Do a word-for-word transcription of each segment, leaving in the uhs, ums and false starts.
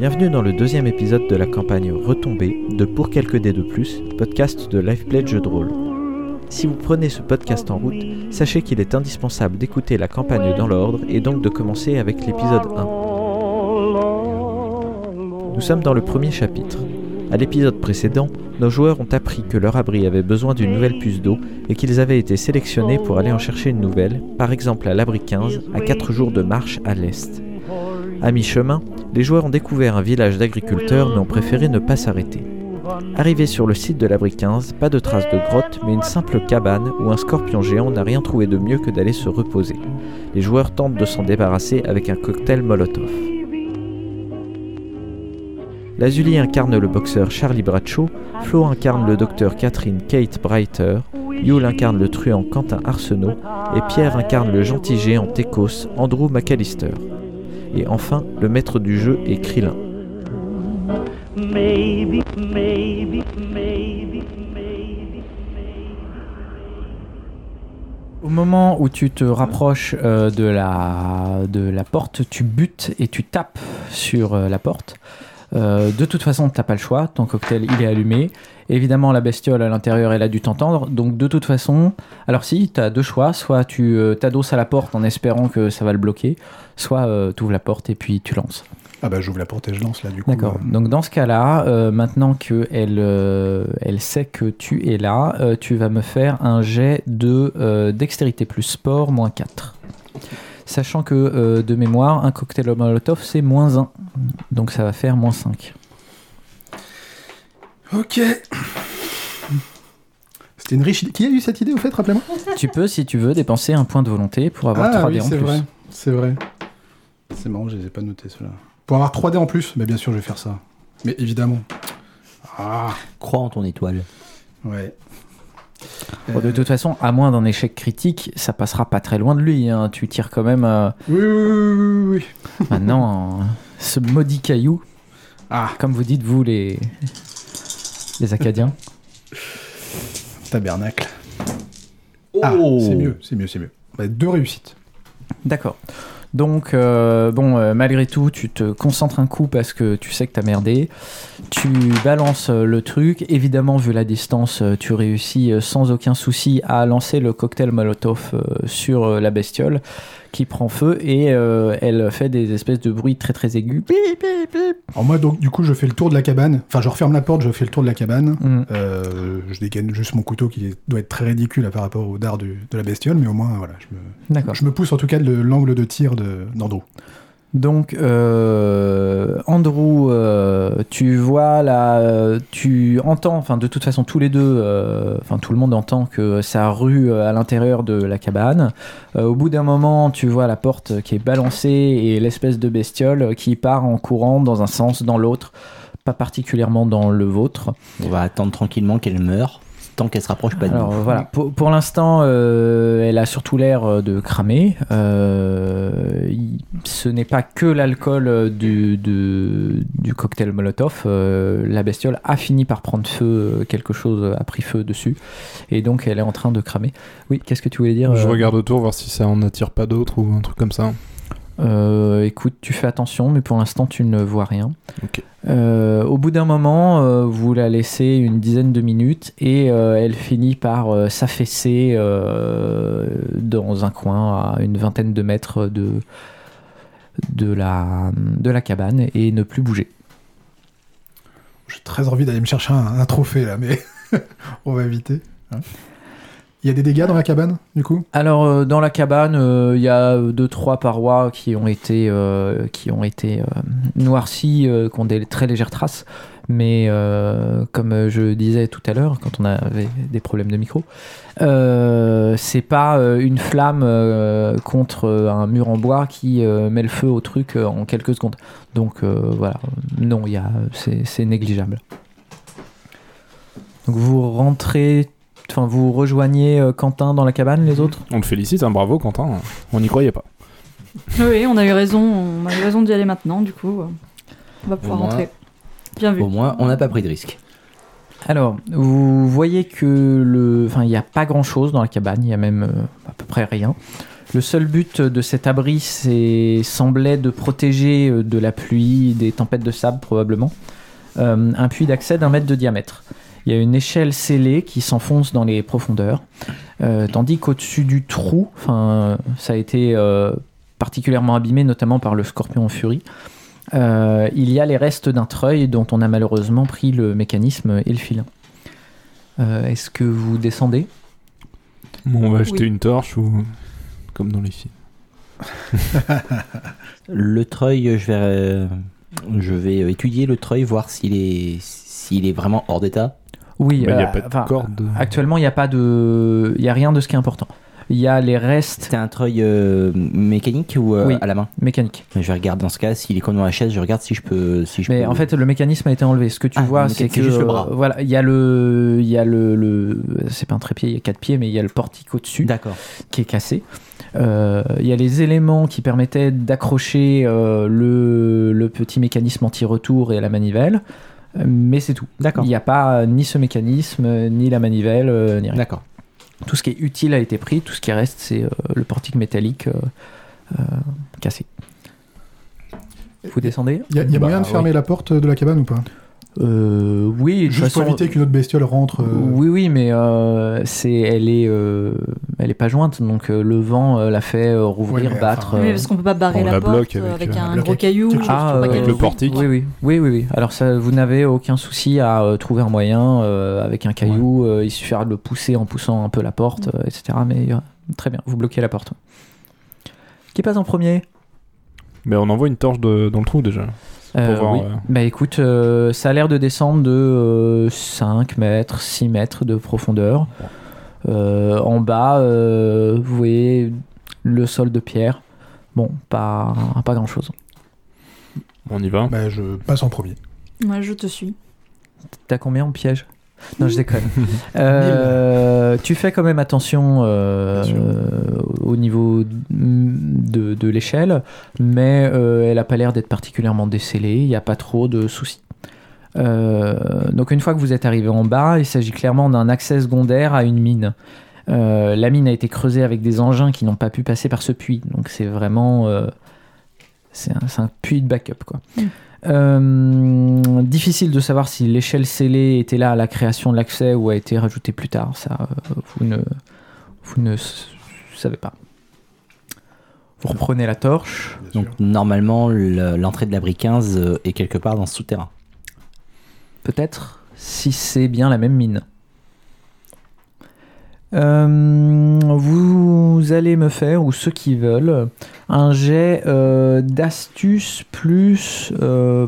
Bienvenue dans le deuxième épisode de la campagne Retombée de Pour quelques dés de plus, podcast de Liveplay de jeux de rôle. Si vous prenez ce podcast en route, sachez qu'il est indispensable d'écouter la campagne dans l'ordre et donc de commencer avec l'épisode un. Nous sommes dans le premier chapitre. À l'épisode précédent, nos joueurs ont appris que leur abri avait besoin d'une nouvelle puce d'eau et qu'ils avaient été sélectionnés pour aller en chercher une nouvelle, par exemple à l'abri quinze, à quatre jours de marche à l'est. À mi-chemin, les joueurs ont découvert un village d'agriculteurs mais ont préféré ne pas s'arrêter. Arrivés sur le site de l'abri quinze, pas de traces de grotte, mais une simple cabane où un scorpion géant n'a rien trouvé de mieux que d'aller se reposer. Les joueurs tentent de s'en débarrasser avec un cocktail Molotov. Lazuli incarne le boxeur Charlie Bradshaw, Flo incarne le docteur Catherine Kate Breiter, Yule incarne le truand Quentin Arsenault et Pierre incarne le gentil géant Tekos Andrew McAllister. Et enfin, le maître du jeu est Krillin. Maybe, maybe, maybe, maybe, Au moment où tu te rapproches euh, de, la, de la porte, tu butes et tu tapes sur euh, la porte. Euh, de toute façon, t'as pas le choix, ton cocktail il est allumé. Évidemment, la bestiole à l'intérieur, elle a dû t'entendre. Donc, de toute façon, alors si, t'as deux choix. Soit tu euh, t'adosses à la porte en espérant que ça va le bloquer, soit euh, tu ouvres la porte et puis tu lances. Ah bah j'ouvre la porte et je lance là du coup. D'accord. Euh... Donc dans ce cas-là, euh, maintenant qu'elle euh, elle sait que tu es là, euh, tu vas me faire un jet de euh, dextérité plus sport moins quatre. Sachant que euh, de mémoire, un cocktail Molotov c'est moins un. Donc ça va faire moins cinq. Ok. C'était une riche idée. Qui a eu cette idée au fait, rappelez-moi ? Tu peux, si tu veux, dépenser un point de volonté pour avoir ah, trois oui, dés en c'est plus. Vrai. C'est vrai. C'est marrant, je les ai pas notés ceux-là. Pour avoir trois dés en plus, bah bien sûr je vais faire ça. Mais évidemment. Ah. Crois en ton étoile. Ouais. Bon, de toute façon, à moins d'un échec critique, ça passera pas très loin de lui. Hein. Tu tires quand même. Euh... Oui, oui, oui, oui, oui. Maintenant, euh, ce maudit caillou. Ah. Comme vous dites, vous, les, les Acadiens. Tabernacle. Oh. Ah, c'est mieux, c'est mieux, c'est mieux. Bah, deux réussites. D'accord. Donc, euh, bon, euh, malgré tout, tu te concentres un coup parce que tu sais que t'as merdé. Tu balances euh, le truc. Évidemment, vu la distance, euh, tu réussis euh, sans aucun souci à lancer le cocktail Molotov euh, sur euh, la bestiole qui prend feu et euh, elle fait des espèces de bruits très très aigus. Bip, bip, bip. Alors moi, donc, du coup, je fais le tour de la cabane. Enfin, je referme la porte, je fais le tour de la cabane. Mm. Euh, je dégaine juste mon couteau qui doit être très ridicule là, par rapport au dard du, de la bestiole, mais au moins, voilà, je me, D'accord. je me pousse en tout cas de l'angle de tir de, d'Andrew. Donc, euh, Andrew, euh, tu vois là, euh, tu entends, enfin de toute façon tous les deux, euh, enfin tout le monde entend que ça rue à l'intérieur de la cabane. Euh, au bout d'un moment, tu vois la porte qui est balancée et l'espèce de bestiole qui part en courant dans un sens, dans l'autre, pas particulièrement dans le vôtre. On va attendre tranquillement qu'elle meure, tant qu'elle se rapproche pas de nous. Alors voilà, pour, pour l'instant, euh, elle a surtout l'air de cramer. Euh, il, ce n'est pas que l'alcool du, du, du cocktail Molotov. Euh, la bestiole a fini par prendre feu, quelque chose a pris feu dessus. Et donc elle est en train de cramer. Oui, qu'est-ce que tu voulais dire ? Je euh... regarde autour, voir si ça en attire pas d'autres ou un truc comme ça. Euh, écoute, tu fais attention, mais pour l'instant tu ne vois rien. Ok. Euh, au bout d'un moment, euh, vous la laissez une dizaine de minutes et euh, elle finit par euh, s'affaisser euh, dans un coin à une vingtaine de mètres de, de, la, de la cabane et ne plus bouger. J'ai très envie d'aller me chercher un, un trophée là, mais on va éviter. Hein. Il y a des dégâts dans la cabane, du coup ? Alors, euh, dans la cabane, il euh, y a deux, trois parois qui ont été, euh, qui ont été euh, noircies, euh, qui ont des très légères traces. Mais euh, comme je disais tout à l'heure, quand on avait des problèmes de micro, euh, c'est pas euh, une flamme euh, contre un mur en bois qui euh, met le feu au truc euh, en quelques secondes. Donc euh, voilà, non, y a, c'est, c'est négligeable. Donc vous rentrez... Enfin, vous rejoignez euh, Quentin dans la cabane, les autres ? On le félicite, hein, bravo Quentin, on n'y croyait pas. Oui, on a eu raison, on a eu raison d'y aller maintenant, du coup, euh, on va pouvoir Au moins, rentrer. Bien vu. Au moins, on n'a pas pris de risque. Alors, vous voyez que le, enfin, il n'y a pas grand-chose dans la cabane, il y a même euh, à peu près rien. Le seul but de cet abri c'est, semblait de protéger de la pluie, des tempêtes de sable probablement, euh, un puits d'accès d'un mètre de diamètre. Il y a une échelle scellée qui s'enfonce dans les profondeurs, euh, tandis qu'au-dessus du trou, ça a été euh, particulièrement abîmé, notamment par le scorpion en furie, euh, il y a les restes d'un treuil dont on a malheureusement pris le mécanisme et le filin. Euh, est-ce que vous descendez ? Bon, on va acheter Oui. une torche ou comme dans les films. Le treuil, je vais, euh, je vais étudier le treuil, voir s'il est, s'il est vraiment hors d'état. Oui, Il n'y a euh, pas de enfin, corde. actuellement il n'y a pas de, il y a rien de ce qui est important. Il y a les restes C'était un treuil euh, mécanique ou euh, Oui. à la main? mécaniques. Je vais regarder dans ce cas, s'il est comme dans la chaise, je regarde si je peux. Si je Mais peux... en fait, le mécanisme a été enlevé. Ce que tu Ah, vois, le c'est mécanisme, que c'est juste le bras. euh, voilà, il y a le, il y a le, le, c'est pas un trépied, il y a quatre pieds, mais il y a le portique au-dessus D'accord. qui est cassé. Euh, Il y a les éléments qui permettaient d'accrocher euh, le, le petit mécanisme anti-retour et la manivelle, euh, mais c'est tout. D'accord. Il n'y a pas euh, ni ce mécanisme, euh, ni la manivelle, euh, ni rien. D'accord. Tout ce qui est utile a été pris, tout ce qui reste, c'est euh, le portique métallique euh, euh, cassé. Vous descendez ? Il y a, il y a Bah, moyen de oui. fermer la porte de la cabane ou pas? Euh, oui, de toute Juste pour façon- éviter qu'une autre bestiole rentre. euh, Oui, oui, mais euh, c'est, elle est, euh, elle est pas jointe, donc euh, le vent euh, la fait euh, rouvrir, Ouais, mais battre. enfin, Oui, euh. parce qu'on peut pas barrer on la, la porte bloque euh, avec, avec, euh, un bloque gros avec caillou. quelque chose, Ah, pour pas euh, qu'elle avec le ouvre. portique. Oui, oui, oui, oui, oui. Alors ça, vous n'avez aucun souci à euh, trouver un moyen euh, avec un caillou. euh, il suffira de le pousser en poussant un peu la porte, euh, et cetera. Mais euh, très bien, vous bloquez la porte. Qui passe en premier ? Mais on envoie une torche de- dans le trou déjà. Euh, voir, oui. euh, Bah écoute, euh, ça a l'air de descendre de euh, cinq mètres, six mètres de profondeur. Euh, en bas, euh, vous voyez le sol de pierre. Bon, pas, pas grand chose. On y va. Bah, je passe en premier. Moi, je te suis. T'as combien en piège ? Non, je déconne. Euh, tu fais quand même attention euh, Bien sûr. euh, au niveau de, de l'échelle, mais euh, elle n'a pas l'air d'être particulièrement décellée. Il n'y a pas trop de soucis. Euh, donc une fois que vous êtes arrivé en bas, il s'agit clairement d'un accès secondaire à une mine. Euh, la mine a été creusée avec des engins qui n'ont pas pu passer par ce puits. Donc c'est vraiment... euh, c'est un, c'est un puits de backup, quoi. Mm. Euh, difficile de savoir si l'échelle scellée était là à la création de l'accès ou a été rajoutée plus tard. Ça, euh, vous ne, vous ne s- savez pas. Vous reprenez la torche. Bien Donc sûr. normalement, le- l'entrée de l'abri quinze euh, est quelque part dans ce souterrain. Peut-être, si c'est bien la même mine. Euh, vous allez me faire, ou ceux qui veulent, un jet euh, d'astuce plus euh,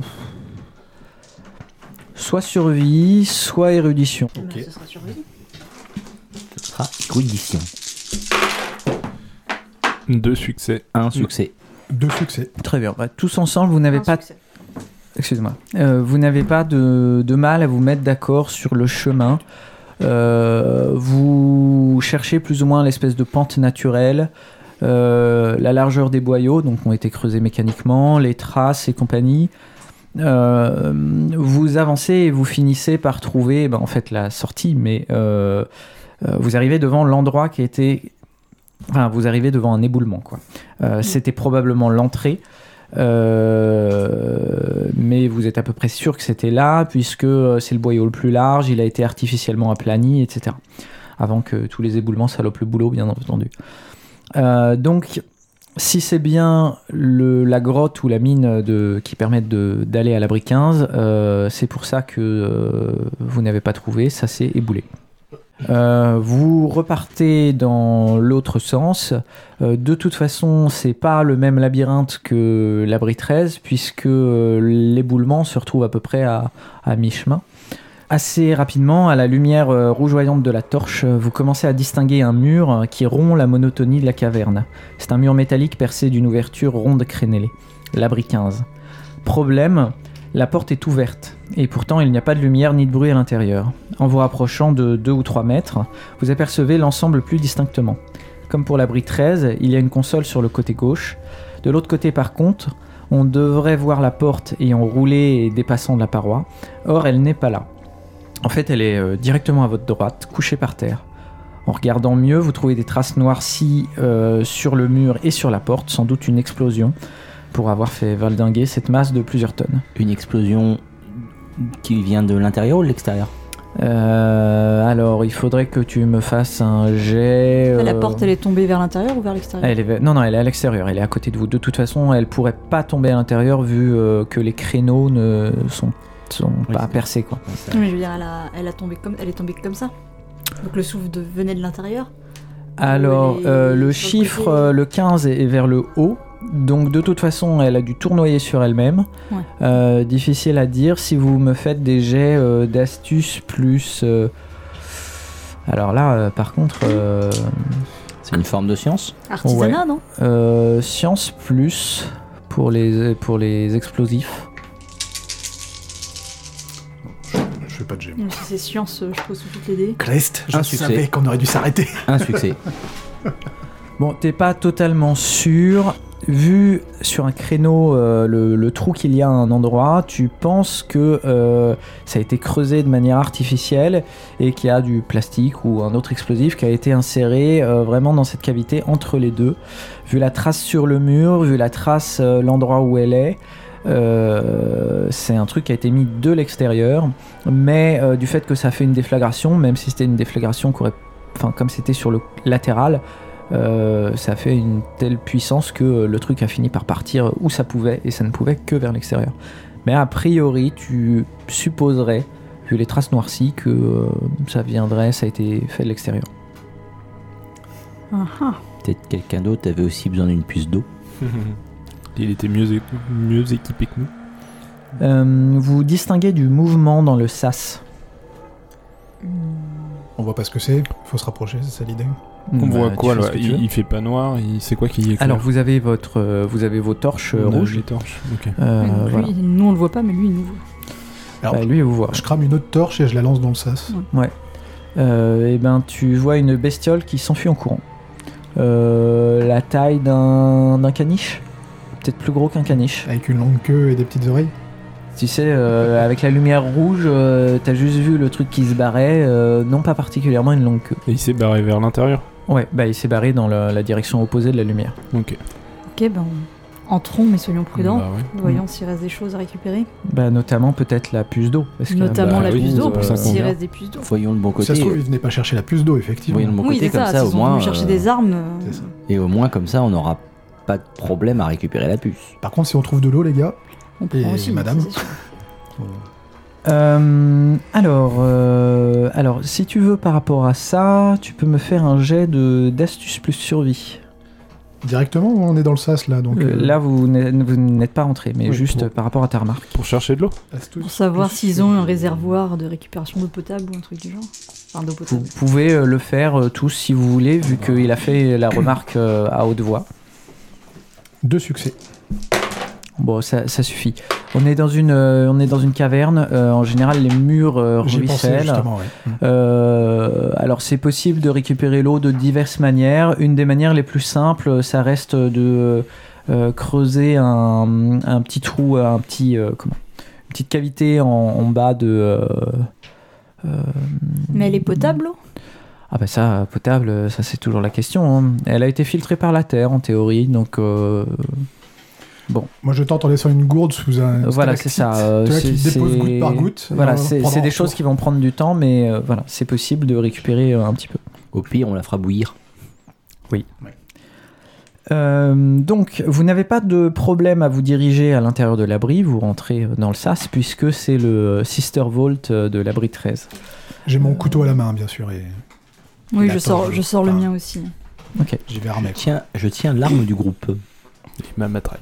soit survie, soit érudition. Ok. Ce sera survie. Ce sera érudition. Deux succès. Un succès. Deux succès. Très bien. Bah, tous ensemble, vous n'avez Un pas, succès. excusez-moi, Euh, vous n'avez pas de, de mal à vous mettre d'accord sur le chemin. Euh, vous cherchez plus ou moins l'espèce de pente naturelle, euh, la largeur des boyaux, donc ont été creusés mécaniquement, les traces et compagnie. Euh, vous avancez et vous finissez par trouver, ben, en fait, la sortie, mais euh, euh, vous arrivez devant l'endroit qui était, enfin, vous arrivez devant un éboulement, quoi. Euh, C'était probablement l'entrée. Euh, mais vous êtes à peu près sûr que c'était là, puisque euh, c'est le boyau le plus large, il a été artificiellement aplani, et cetera. Avant que tous les éboulements salopent le boulot, bien entendu. Euh, donc, si c'est bien le, la grotte ou la mine de, qui permettent de, d'aller à l'abri quinze, euh, c'est pour ça que euh, vous n'avez pas trouvé, ça s'est éboulé. Euh, vous repartez dans l'autre sens. Euh, de toute façon, c'est pas le même labyrinthe que l'abri treize, puisque euh, l'éboulement se retrouve à peu près à, à mi-chemin. Assez rapidement, à la lumière euh, rougeoyante de la torche, euh, vous commencez à distinguer un mur euh, qui rompt la monotonie de la caverne. C'est un mur métallique percé d'une ouverture ronde crénelée. L'abri quinze. Problème, la porte est ouverte, et pourtant il n'y a pas de lumière ni de bruit à l'intérieur. En vous rapprochant de deux ou trois mètres, vous apercevez l'ensemble plus distinctement. Comme pour l'abri treize, il y a une console sur le côté gauche. De l'autre côté par contre, on devrait voir la porte ayant roulé et dépassant de la paroi. Or, elle n'est pas là. En fait, elle est euh, directement à votre droite, couchée par terre. En regardant mieux, vous trouvez des traces noircies euh, sur le mur et sur la porte, sans doute une explosion pour avoir fait valdinguer cette masse de plusieurs tonnes. Une explosion qui vient de l'intérieur ou de l'extérieur ? Euh, alors, il faudrait que tu me fasses un jet. La euh, porte, elle est tombée vers l'intérieur ou vers l'extérieur? elle est... Non, non, elle est à l'extérieur, elle est à côté de vous. De toute façon, elle pourrait pas tomber à l'intérieur vu euh, que les créneaux ne sont, sont Oui, pas c'est- percés, quoi. Non, mais je veux dire, elle, a, elle, a tombé comme, elle est tombée comme ça. Donc le souffle de, venait de l'intérieur. Alors, elle est euh, le sur le chiffre, côté. euh, le quinze est est vers le haut. Donc, de toute façon, elle a dû tournoyer sur elle-même. Ouais. Euh, difficile à dire. Si vous me faites des jets euh, d'astuce plus... euh, Alors là, euh, par contre, euh, C'est une forme de science ? Artisanat, non? euh, science plus pour les, pour les explosifs. Je fais pas de jet. Même si c'est science, euh, je pose tout de suite les dés. Crest, je Un succès. savais qu'on aurait dû s'arrêter. Un succès. Bon, t'es pas totalement sûr. Vu sur un créneau euh, le, le trou qu'il y a à un endroit, tu penses que euh, ça a été creusé de manière artificielle et qu'il y a du plastique ou un autre explosif qui a été inséré euh, vraiment dans cette cavité entre les deux. Vu la trace sur le mur, vu la trace, euh, l'endroit où elle est, euh, c'est un truc qui a été mis de l'extérieur, mais euh, du fait que ça fait une déflagration, même si c'était une déflagration qui aurait, enfin comme c'était sur le latéral, Euh, ça fait une telle puissance que euh, le truc a fini par partir où ça pouvait et ça ne pouvait que vers l'extérieur. Mais a priori, tu supposerais, vu les traces noircies, que euh, ça viendrait, ça a été fait de l'extérieur. Ah, ah. Peut-être quelqu'un d'autre avait aussi besoin d'une puce d'eau. Il était mieux, é- mieux équipé que nous. Euh, vous distinguez du mouvement dans le sas. On voit pas ce que c'est, faut se rapprocher, c'est ça l'idée. On Bah, voit tu quoi fais là ce que tu il, veux. il fait pas noir, il... c'est quoi qui éclaire? Alors vous avez votre, euh, vous avez vos torches euh, On a rouges. les torches. Ok. Euh, Ouais, donc lui, voilà. nous on le voit pas, mais lui il nous voit. Alors, Bah, lui, il vous voit. je crame une autre torche et je la lance dans le sas. Euh, et ben tu vois une bestiole qui s'enfuit en courant. Euh, la taille d'un d'un caniche, peut-être plus gros qu'un caniche. Avec une longue queue et des petites oreilles. Tu sais, euh, avec la lumière rouge, euh, t'as juste vu le truc qui se barrait, euh, non pas particulièrement une longue queue. Et il s'est barré vers l'intérieur. Ouais, bah il s'est barré dans le- la direction opposée de la lumière. Ok. Ok, ben entrons, mais soyons prudents. Bah ouais. Voyons s'il reste des choses à récupérer. Bah notamment peut-être la puce d'eau. parce que- Notamment bah la oui, puce d'eau, c'est pour ça qu'on s'il vient. reste des puces d'eau. Voyons le bon Ça côté. se trouve, il venait pas chercher la puce d'eau, effectivement. Voyons le bon Oui, côté c'est comme ça, ça, s'ils au sont moins. venus chercher euh, des armes. euh, C'est ça. Et au moins comme ça, on n'aura pas de problème à récupérer la puce. Par contre, si on trouve de l'eau, les gars, On prend Et aussi, madame ça, c'est sûr. Euh, alors, euh, alors, si tu veux par rapport à ça, tu peux me faire un jet de d'astuce plus survie. directement, on est dans le sas là, donc. Euh, euh, Là, vous n'êtes vous n'êtes pas rentré, mais Oui, juste pour- par rapport à ta remarque. Pour chercher de l'eau. astuce Pour savoir plus s'ils ont un survie. réservoir de récupération d'eau potable ou un truc du genre. Enfin, d'eau Vous potable. pouvez euh, le faire euh, tous si vous voulez, vu qu'il a fait la remarque euh, à haute voix. Deux succès. Bon, ça, ça suffit. On est dans une, euh, on est dans une caverne. euh, en général, les murs euh, J'y pensais ruissellent. justement, ouais. Euh, alors, c'est possible de récupérer l'eau de diverses manières. Une des manières les plus simples, ça reste de euh, creuser un, un petit trou, un petit, euh, comment, une petite cavité en, en bas de. euh, euh, Mais elle est potable, l'eau? Ah bah ça, potable, ça c'est toujours la question. hein. Elle a été filtrée par la terre en théorie, donc euh, Moi, je tente en laissant une gourde sous un. voilà, c'est ça. euh, Tu vois, c'est- qui dépose c'est- goutte par goutte. et Voilà, on c'est prendra c'est en des choses retour. qui vont prendre du temps, mais euh, voilà, c'est possible de récupérer euh, un petit peu. Au pire, on la fera bouillir. Euh, donc, vous n'avez pas de problème à vous diriger à l'intérieur de l'abri, vous rentrez euh, dans le sas, puisque c'est le Sister Vault euh, de l'abri treize. J'ai mon couteau à la main, bien sûr, et Oui, La je sors, torche, je sors le enfin. mien aussi. j'y vais armé. quoi. Tiens, je tiens l'arme du groupe. Et ma matraque.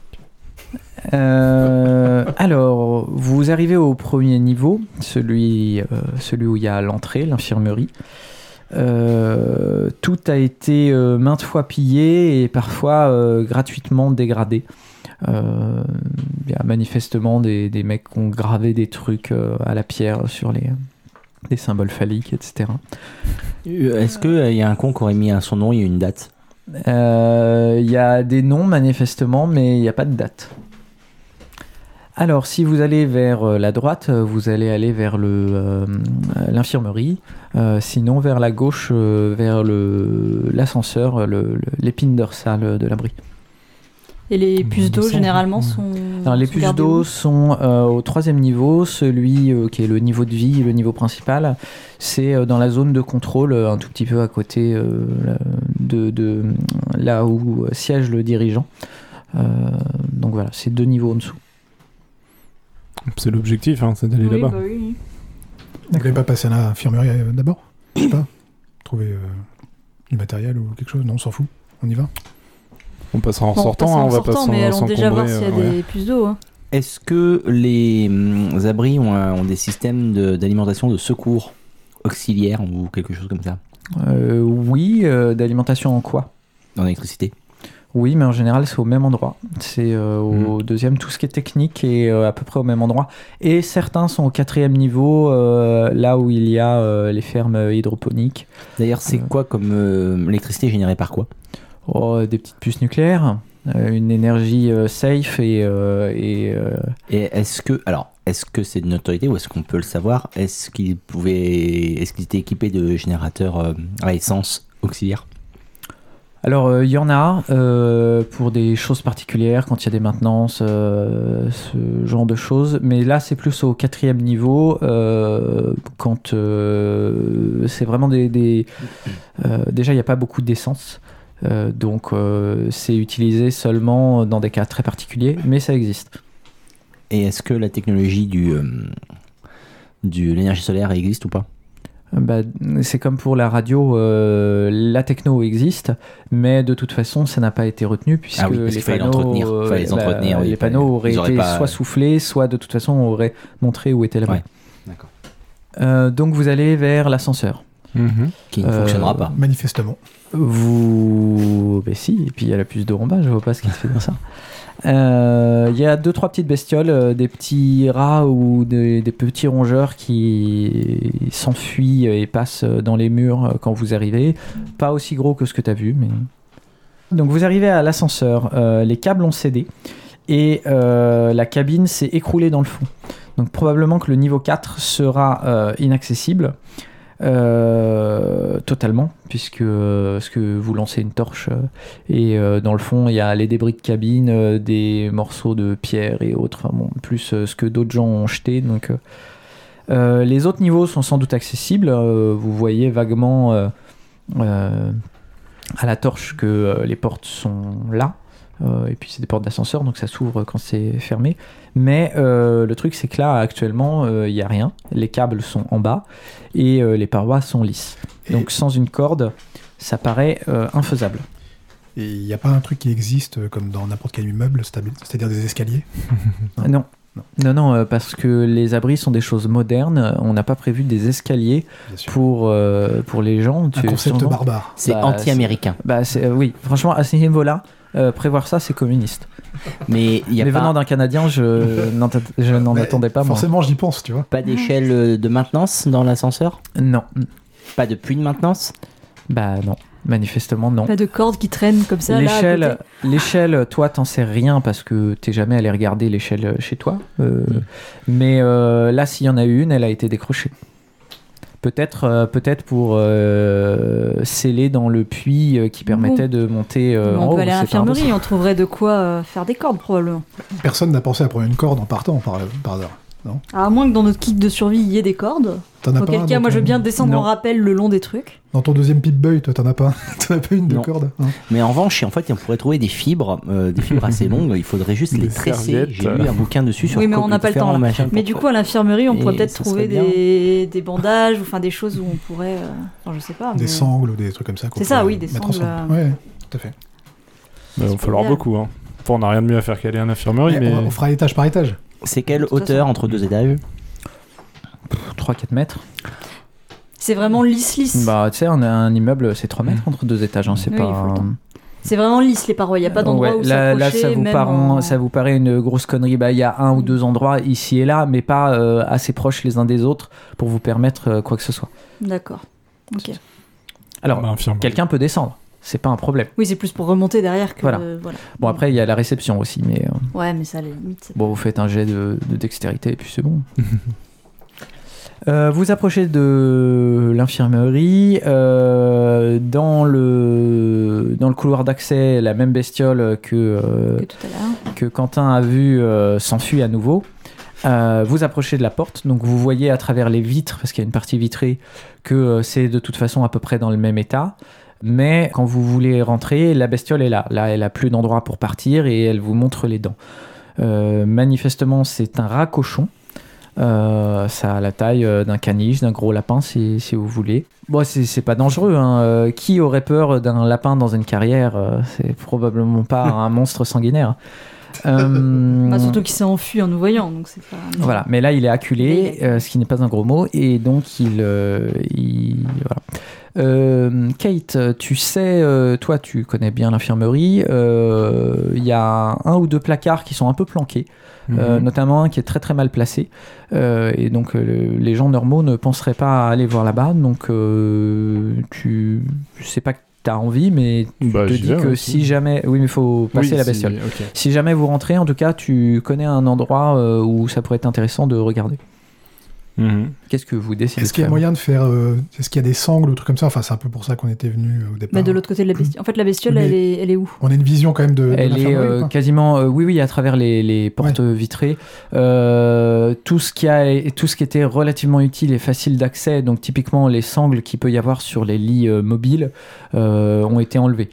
Euh, alors, vous arrivez au premier niveau, celui, euh, celui où il y a l'entrée, l'infirmerie. Euh, tout a été euh, maintes fois pillé et parfois euh, gratuitement dégradé. Euh, Il y a manifestement des, des mecs qui ont gravé des trucs euh, à la pierre sur les des symboles phalliques, et cetera. Euh, Est-ce qu'il y a un con qui aurait mis un- son nom, il y a une date? Euh, Il y a des noms manifestement, mais il n'y a pas de date. Alors, si vous allez vers euh, la droite, euh, vous allez aller vers le, euh, l'infirmerie. Euh, sinon, vers la gauche, euh, vers le, l'ascenseur, le, le- l'épine dorsale de l'abri. Et les puces d'eau, Ça, généralement, ouais. sont. Alors, les sont puces gardées d'eau où sont euh, au troisième niveau, celui euh, qui est le niveau de vie, le niveau principal. C'est euh, dans la zone de contrôle, euh, un tout petit peu à côté euh, de, de là où siège le dirigeant. Euh, donc voilà, c'est deux niveaux en dessous. C'est l'objectif, hein, c'est d'aller Oui, là-bas. bah oui. Vous voulez pas passer à l'infirmerie euh, d'abord? Je sais pas. Trouver euh, du matériel ou quelque chose? Non, on s'en fout. On y va? On passera en Bon, sortant, passons hein, en on va sortant, pas s'en- mais allons déjà voir s'encombrer, s'il y a euh, ouais. des puces d'eau. Hein. Est-ce que les hum, abris ont, un- ont des systèmes de- d'alimentation de secours auxiliaires ou quelque chose comme ça Euh, oui, euh, d'alimentation en quoi? dans l'électricité? Oui, mais en général, c'est au même endroit. C'est euh, au deuxième, tout ce qui est technique est euh, à peu près au même endroit. Et certains sont au quatrième niveau, euh, là où il y a euh, les fermes hydroponiques. D'ailleurs, c'est Euh. quoi comme euh, électricité générée par quoi? Oh, des petites puces nucléaires, euh, une énergie euh, safe et... euh, et euh, Et est-ce que, alors, est-ce que c'est de notoriété ou est-ce qu'on peut le savoir? Est-ce qu'ils pouvaient, est-ce qu'ils étaient équipés de générateurs euh, à essence auxiliaires? Alors, il y en a euh, pour des choses particulières, quand il y a des maintenances, euh, ce genre de choses. Mais là, c'est plus au quatrième niveau, euh, quand euh, c'est vraiment des... des euh, déjà, il n'y a pas beaucoup d'essence. Euh, donc, euh, c'est utilisé seulement dans des cas très particuliers, mais ça existe. Et est-ce que la technologie du, euh, du l'énergie solaire existe ou pas? Bah, c'est comme pour la radio, euh, la techno existe, mais de toute façon, ça n'a pas été retenu puisque Ah oui, parce les qu'il fallait panneaux, l'entretenir, euh, fallait les bah, entretenir, oui, les fallait- panneaux auraient ils auraient été pas- soit soufflés, soit de toute façon auraient montré où était la Ouais. brue. D'accord. Euh, donc vous allez vers l'ascenseur. Mhm. Qui ne Euh, fonctionnera pas. Manifestement. Vous, ben si, et puis il y a la puce de en bas, je vois pas ce qui se fait dans ça. Euh, Il y a deux trois petites bestioles, euh, des petits rats ou des, des petits rongeurs qui s'enfuient et passent dans les murs euh, quand vous arrivez. Pas aussi gros que ce que tu as vu, mais donc vous arrivez à l'ascenseur. Euh, les câbles ont cédé et euh, la cabine s'est écroulée dans le fond. Donc probablement que le niveau quatre sera euh, inaccessible. Euh, totalement, puisque euh, ce que vous lancez une torche euh, et euh, dans le fond il y a les débris de cabine, euh, des morceaux de pierre et autres, enfin, bon, plus euh, ce que d'autres gens ont jeté. Donc euh, euh, les autres niveaux sont sans doute accessibles. Euh, vous voyez vaguement euh, euh, à la torche que euh, les portes sont là. Euh, et puis c'est des portes d'ascenseur, donc ça s'ouvre quand c'est fermé. Mais euh, le truc, c'est que là, actuellement, il n'y a rien. Les câbles sont en bas et euh, les parois sont lisses. Et- Donc sans une corde, ça paraît euh, infaisable. Et il n'y a pas un truc qui existe euh, comme dans n'importe quel immeuble, c'est-à- c'est-à-dire des escaliers? Ah, non. Non, non, euh, parce que les abris sont des choses modernes. On n'a pas prévu des escaliers Bien sûr. pour, euh, pour les gens. Un Tu- concept souvent- barbare. C'est bah, anti-américain. Bah, c'est- euh, oui, franchement, à ce niveau-là, euh, prévoir ça, c'est communiste. Mais il n'y a Mais pas, venant d'un Canadien, je n'en je n'en Mais attendais pas, moi. Forcément, j'y pense, tu vois. pas d'échelle euh, de maintenance dans l'ascenseur? Non. Pas de puits de maintenance? Bah non, manifestement non. Pas de cordes qui traînent comme ça. là, à L'échelle, côté. l'échelle, toi, t'en sais rien parce que t'es jamais allé regarder l'échelle chez toi. Euh, Mm. Mais euh, là, s'il y en a eu une, elle a été décrochée. Peut-être, euh, peut-être pour euh, sceller dans le puits euh, qui permettait de monter euh, Mais en on haut. peut aller à c'est pas l'infirmerie, on trouverait de quoi euh, faire des cordes probablement. Personne n'a pensé à prendre une corde en partant par, par hasard. À moins que dans notre kit de survie il y ait des cordes. T'en as pas Auquel un cas, dans moi je ton- veux bien descendre Non. en rappel le long des trucs. Dans ton deuxième Pip-Boy, toi, t'en as pas T'en as pas une de Non. corde hein? Mais en revanche, en fait, on pourrait trouver des fibres, euh, des fibres assez longues. Il faudrait juste les Des tresser. serviettes. J'ai lu un bouquin dessus sur Oui, mais co- on n'a pas le différents temps, là. machins Mais pour- du coup, à l'infirmerie, on Et pourrait peut-être ça trouver serait bien. des... des bandages ou enfin des choses où on pourrait. euh, Enfin, je sais pas. Des mais- sangles ou des trucs comme ça. qu'on C'est ça, pourrait oui, des mettre sangles, ensemble. Ouais, tout à fait. Mais il va falloir idéal. beaucoup. Hein. Enfin, on n'a rien de mieux à faire qu'aller à l'infirmerie, Ouais, mais on, on fera étage par étage. C'est quelle De toute hauteur façon. entre deux étages? trois à quatre mètres. C'est vraiment lisse, lisse. Bah, tu sais, on a un immeuble, c'est trois mètres entre deux étages. Hein, c'est Oui, pas. il faut le temps. C'est vraiment lisse les parois. Il n'y a pas d'endroit Ouais, où là, là, s'accrocher. ça vous, même paraît, en- ça vous paraît une grosse connerie. Bah, il y a un ou deux endroits ici et là, mais pas euh, assez proches les uns des autres pour vous permettre euh, quoi que ce soit. D'accord. Ok. Alors, Bah, infirmerie. quelqu'un peut descendre. c'est pas un problème. Oui, c'est plus pour remonter derrière que. Voilà. euh, voilà. Bon, après, il y a la réception aussi, mais euh, Ouais, mais ça, à la limite. c'est- bon, vous faites un jet de, de dextérité et puis c'est bon. Euh, vous approchez de l'infirmerie. euh, dans, le, dans le couloir d'accès, la même bestiole que, euh, Que tout à l'heure. que Quentin a vu euh, s'enfuit à nouveau. Euh, vous approchez de la porte, donc vous voyez à travers les vitres, parce qu'il y a une partie vitrée, que euh, c'est de toute façon à peu près dans le même état. Mais quand vous voulez rentrer, la bestiole est là. Là, elle a plus d'endroit pour partir et elle vous montre les dents. Euh, manifestement, c'est un rat cochon. Euh, ça a la taille euh, d'un caniche, d'un gros lapin, si, si vous voulez. Bon, c'est, c'est pas dangereux. Hein. Euh, qui aurait peur d'un lapin dans une carrière euh, C'est probablement pas un monstre sanguinaire. Euh, Bah, surtout qu'il s'est enfui en nous voyant, donc c'est pas. Voilà, mais là il est acculé, Il est- euh, ce qui n'est pas un gros mot, et donc il. euh, il- voilà. Euh, Kate, tu sais, euh, toi tu connais bien l'infirmerie, euh, il y a un ou deux placards qui sont un peu planqués, euh, Mhm. notamment un qui est très très mal placé, euh, et donc euh, les gens normaux ne penseraient pas à aller voir là-bas, donc euh, tu. Je sais pas que tu as envie, mais tu Bah, te j'y dis vais, que ouais, si si. jamais. Oui, mais il faut passer Oui, la si- bestiole. ok. Si jamais vous rentrez, en tout cas, tu connais un endroit euh, où ça pourrait être intéressant de regarder. Mhm. Qu'est-ce que vous décidez Est-ce de qu'il y a faire moyen de faire. euh, Est-ce qu'il y a des sangles ou trucs comme ça? Enfin, c'est un peu pour ça qu'on était venu au départ. Mais de l'autre côté de la bestiole. En fait, la bestiole, Mais- elle, est, elle est où? On a une vision quand même de, de Elle est l'infirmerie, euh, quoi. quasiment, euh, oui, oui, à travers les, les portes vitrées. Euh, tout ce qui a, tout ce qui était relativement utile et facile d'accès, donc typiquement les sangles qu'il peut y avoir sur les lits euh, mobiles, euh, ont été enlevés.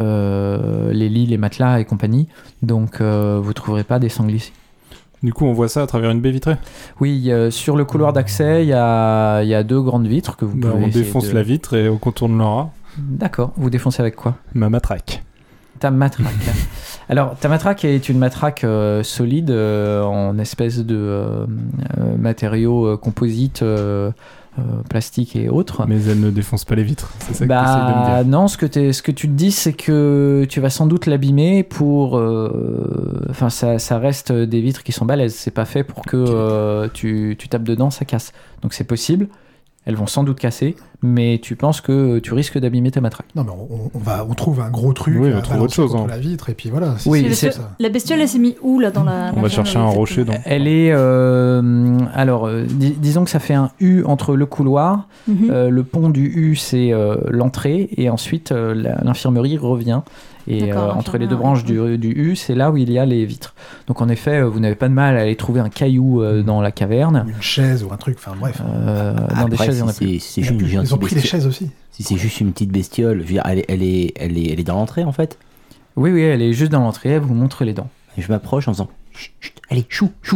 Euh, les lits, les matelas et compagnie. Donc, euh, vous trouverez pas des sangles ici. Du coup, on voit ça à travers une baie vitrée. Oui, euh, sur le couloir d'accès, il y a, il y a deux grandes vitres que vous Bah, pouvez on essayer défonce de- la vitre et on contourne le rat. D'accord. Vous défoncez avec quoi? Ma matraque. Ta matraque. Alors, ta matraque est une matraque euh, solide euh, en espèce de euh, euh, matériaux euh, composites, euh, euh, plastique et autres. Mais elle ne défonce pas les vitres. C'est ça que tu essaies de me Bah dire. non, ce que, t'es- ce que tu te dis, c'est que tu vas sans doute l'abîmer pour... euh, Enfin, ça, ça reste des vitres qui sont balèzes. C'est pas fait pour que euh, tu, tu tapes dedans, ça casse. Donc c'est possible. Elles vont sans doute casser, mais tu penses que tu risques d'abîmer ta matraque. Non, mais on, on va, on trouve un gros truc. Oui, on à trouve balancer autre chose, contre hein. la vitre, et puis voilà. Oui, La c'est bestiole, la bestiole, elle s'est mise où, là, dans la. On va chercher un rocher dans. Elle est... euh, alors, euh, dis- disons que ça fait un U entre le couloir. Mhm. Euh, le pont du U, c'est euh, l'entrée, et ensuite euh, la- l'infirmerie revient. Et D'accord, euh, entre les deux l'infirmerie, branches du, du U, c'est là où il y a les vitres. Donc en effet, euh, vous n'avez pas de mal à aller trouver un caillou euh, dans la caverne. Une chaise ou un truc, enfin bref. Euh, dans des Après, chaises, il y en a si plus. c'est- si c'est juste une Ils ont gentille pris les bestiole. chaises aussi. Si c'est juste une petite bestiole, je veux dire, elle, est- elle, est, elle, est, elle est dans l'entrée en fait. Oui, oui, elle est juste dans l'entrée, elle vous montre les dents. Et je m'approche en faisant chut, chut, allez, chou, chou.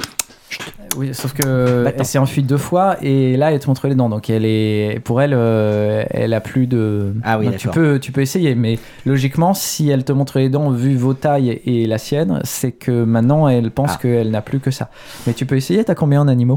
Oui, sauf que Bah, elle s'est enfuie deux fois et là elle te montre les dents. Donc elle est, pour elle, euh, elle a plus de. Ah oui, Donc, tu d'accord. peux, tu peux essayer, mais logiquement, si elle te montre les dents vu vos tailles et la sienne, c'est que maintenant elle pense Ah. qu'elle n'a plus que ça. Mais tu peux essayer. T'as combien en animaux?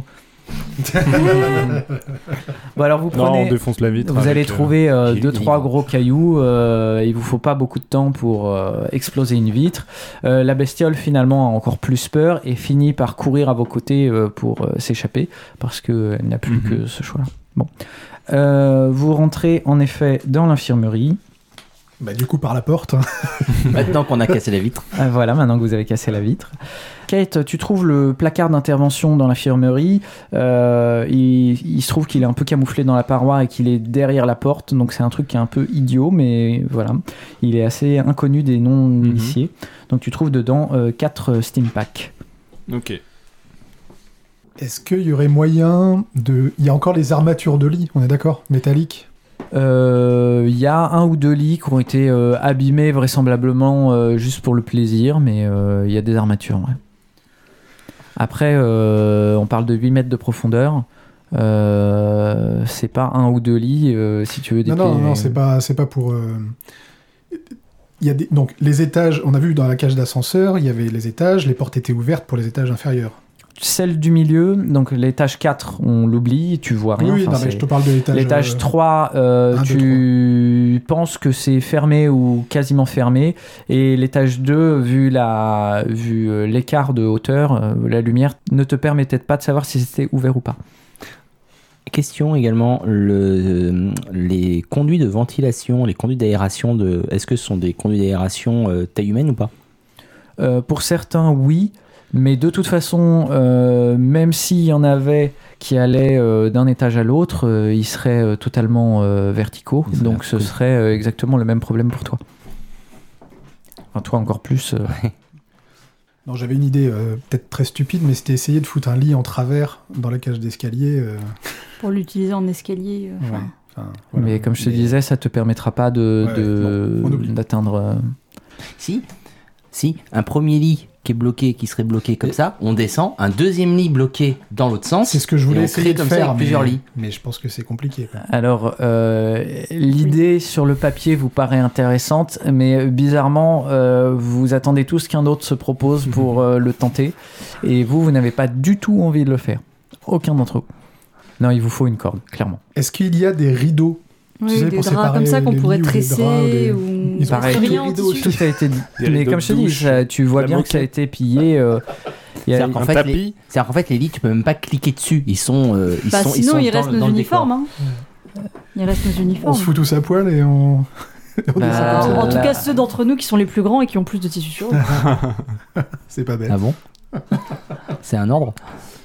Bon alors vous Non, on prenez. défonce la vitre. Vous avec, allez euh, trouver euh, j'ai deux le trois livre. gros cailloux. Euh, il vous faut pas beaucoup de temps pour euh, exploser une vitre. Euh, la bestiole finalement a encore plus peur et finit par courir à vos côtés euh, pour euh, s'échapper parce que elle n'a plus Mhm. que ce choix-là. Bon, Euh, vous rentrez en effet dans l'infirmerie. Bah, du coup, par la porte. hein. Maintenant qu'on a cassé la vitre. Ah, voilà, maintenant que vous avez cassé la vitre. Kate, tu trouves le placard d'intervention dans l'infirmerie. Euh, il, il se trouve qu'il est un peu camouflé dans la paroi et qu'il est derrière la porte. Donc c'est un truc qui est un peu idiot, mais voilà. Il est assez inconnu des non-initiés. Donc tu trouves dedans euh, quatre steam packs. Ok. Est-ce qu'il y aurait moyen de. Il y a encore les armatures de lit, on est d'accord? Métalliques? Euh, Il y a un ou deux lits qui ont été euh, abîmés vraisemblablement euh, juste pour le plaisir, mais euh, il y a des armatures. Ouais. Après, euh, on parle de huit mètres de profondeur. Euh, c'est pas un ou deux lits, euh, si tu veux des Non, non, pieds- non, c'est pas, c'est pas pour. euh, Il y a des... Donc, les étages, on a vu dans la cage d'ascenseur, il y avait les étages, les portes étaient ouvertes pour les étages inférieurs. Celle du milieu, donc l'étage quatre, on l'oublie, tu vois rien. oui, oui, Enfin, non, mais c'est- je te parle de l'étage. L'étage euh, trois, euh, un, deux, tu penses que c'est fermé ou quasiment fermé. Et l'étage deux, vu, la, vu euh, l'écart de hauteur, euh, la lumière ne te permettait pas de savoir si c'était ouvert ou pas. Question également, le, les conduits de ventilation, les conduits d'aération, de, est-ce que ce sont des conduits d'aération euh, taille humaine ou pas? Euh, pour certains, oui. Mais de toute façon, euh, même s'il y en avait qui allaient euh, d'un étage à l'autre, euh, ils seraient euh, totalement euh, verticaux. Ils seraient Donc ce verticaux. serait euh, exactement le même problème pour toi. Enfin, toi encore plus. euh, Non, j'avais une idée euh, peut-être très stupide, mais c'était essayer de foutre un lit en travers dans la cage d'escalier. euh, Pour l'utiliser en escalier. euh, enfin, ouais, enfin, voilà. Mais comme je te Mais- disais, ça te permettra pas de, Ouais, de- bon, on oublie. d'atteindre. euh, Si, si, un premier lit qui est bloqué, qui serait bloqué comme ça, on descend, un deuxième lit bloqué dans l'autre sens. C'est ce que je et voulais on essayer crée de comme ça faire, avec mais, plusieurs lits. mais je pense que c'est compliqué. quoi. Alors, euh, l'idée sur le papier vous paraît intéressante, mais euh, bizarrement, euh, vous attendez tous qu'un autre se propose pour euh, le tenter, et vous, vous n'avez pas du tout envie de le faire. Aucun d'entre vous. Non, il vous faut une corde, clairement. Est-ce qu'il y a des rideaux Oui, sais, des pour draps séparer comme ça qu'on les pourrait lits ou les tresser draps ou des- ou Ils ont Pareil. rien en rideaux tissu. Tout a été dit. Des Mais rideaux comme je te de dis, douche, ça- tu vois la bien que ça a moquette. été pillé. euh, il y a- C'est-à-dire qu'en Un fait, tapis. les, c'est-à-dire qu'en fait, les lits, tu peux même pas cliquer dessus. Ils sont, euh, ils Bah, sont, ils sinon, sont ils dans, restent le- dans nos le décor. uniformes. Hein. Ils restent nos On uniformes. se fout tous à poil et on. on Bah, descend En, comme ça. en tout là- cas, ceux d'entre nous qui sont les plus grands et qui ont plus de tissu sur eux. C'est pas bête. Ah bon? C'est un ordre?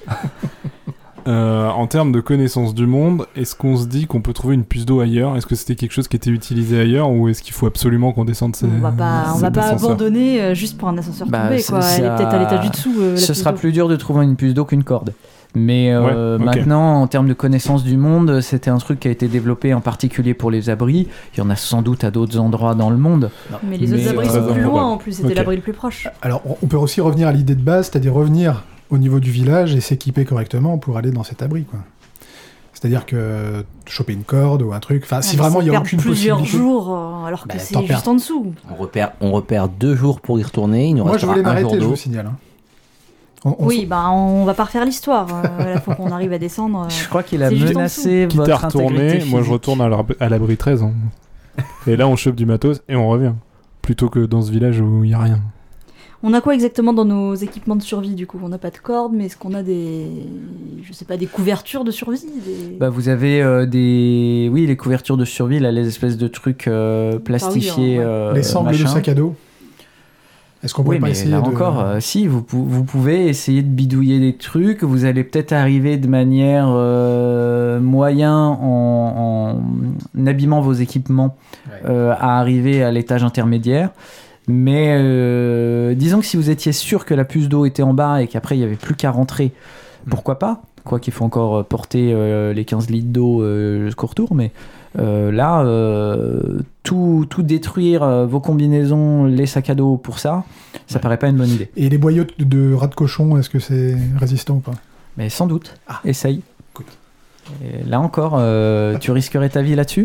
Euh, en termes de connaissance du monde, est-ce qu'on se dit qu'on peut trouver une puce d'eau ailleurs? Est-ce que c'était quelque chose qui était utilisé ailleurs ou est-ce qu'il faut absolument qu'on descende ces, On va pas, on cet va pas ascenseur abandonner euh, juste pour un ascenseur Bah, tombé. c'est- Quoi. Elle est ça- peut-être à l'étage du dessous. euh, la Ce puce sera d'eau. plus dur de trouver une puce d'eau qu'une corde. Mais euh, Ouais, ok. maintenant, en termes de connaissance du monde, c'était un truc qui a été développé en particulier pour les abris. Il y en a sans doute à d'autres endroits dans le monde. Mais les Mais, autres abris euh, sont très plus loin improbable. en plus. C'était Ok. l'abri le plus proche. Alors, on- on peut aussi revenir à l'idée de base, c'est-à-dire revenir au niveau du village et s'équiper correctement pour aller dans cet abri, quoi. C'est-à-dire que choper une corde ou un truc. Enfin, si Ouais, mais vraiment c'est il y a perdre aucune plusieurs possibilité. jours euh, alors que Bah, c'est t'en juste perds. en dessous. On repère, on repère deux jours pour y retourner. Il nous Moi, je restera voulais un jour m'arrêter, je d'eau. vous signale. hein. On- on Oui, bah on va pas refaire l'histoire. Euh, Il faut qu'on arrive à descendre. euh. Je crois qu'il a C'est juste en menacé Quitte votre à retourner, intégrité moi je physique. retourne à l'ab- à l'abri treize. hein. Et là on chope du matos et on revient. Plutôt que dans ce village où il n'y a rien. On a quoi exactement dans nos équipements de survie du coup? On n'a pas de cordes, mais est-ce qu'on a des, je sais pas, des couvertures de survie des... Bah, vous avez euh, des. Oui, les couvertures de survie, là, les espèces de trucs euh, plastifiés. ouais. euh, Les sangles de machin. sac à dos. Est-ce qu'on pourrait Oui, pas mais essayer là de... encore, euh, si, vous, pou- vous pouvez essayer de bidouiller des trucs, vous allez peut-être arriver de manière euh, moyen en, en abîmant vos équipements Ouais. euh, à arriver à l'étage intermédiaire. Mais euh, disons que si vous étiez sûr que la puce d'eau était en bas et qu'après il n'y avait plus qu'à rentrer, pourquoi pas? Quoi qu'il faut encore euh, porter euh, les quinze litres d'eau euh, jusqu'au retour, mais euh, là, euh, tout, tout détruire, euh, vos combinaisons, les sacs à dos pour ça, ça Ouais. paraît pas une bonne idée. Et les boyaux de, de rats de cochon, est-ce que c'est résistant ou pas? Mais sans doute, Ah. essaye. Écoute. Et là encore, euh, tu risquerais ta vie là-dessus?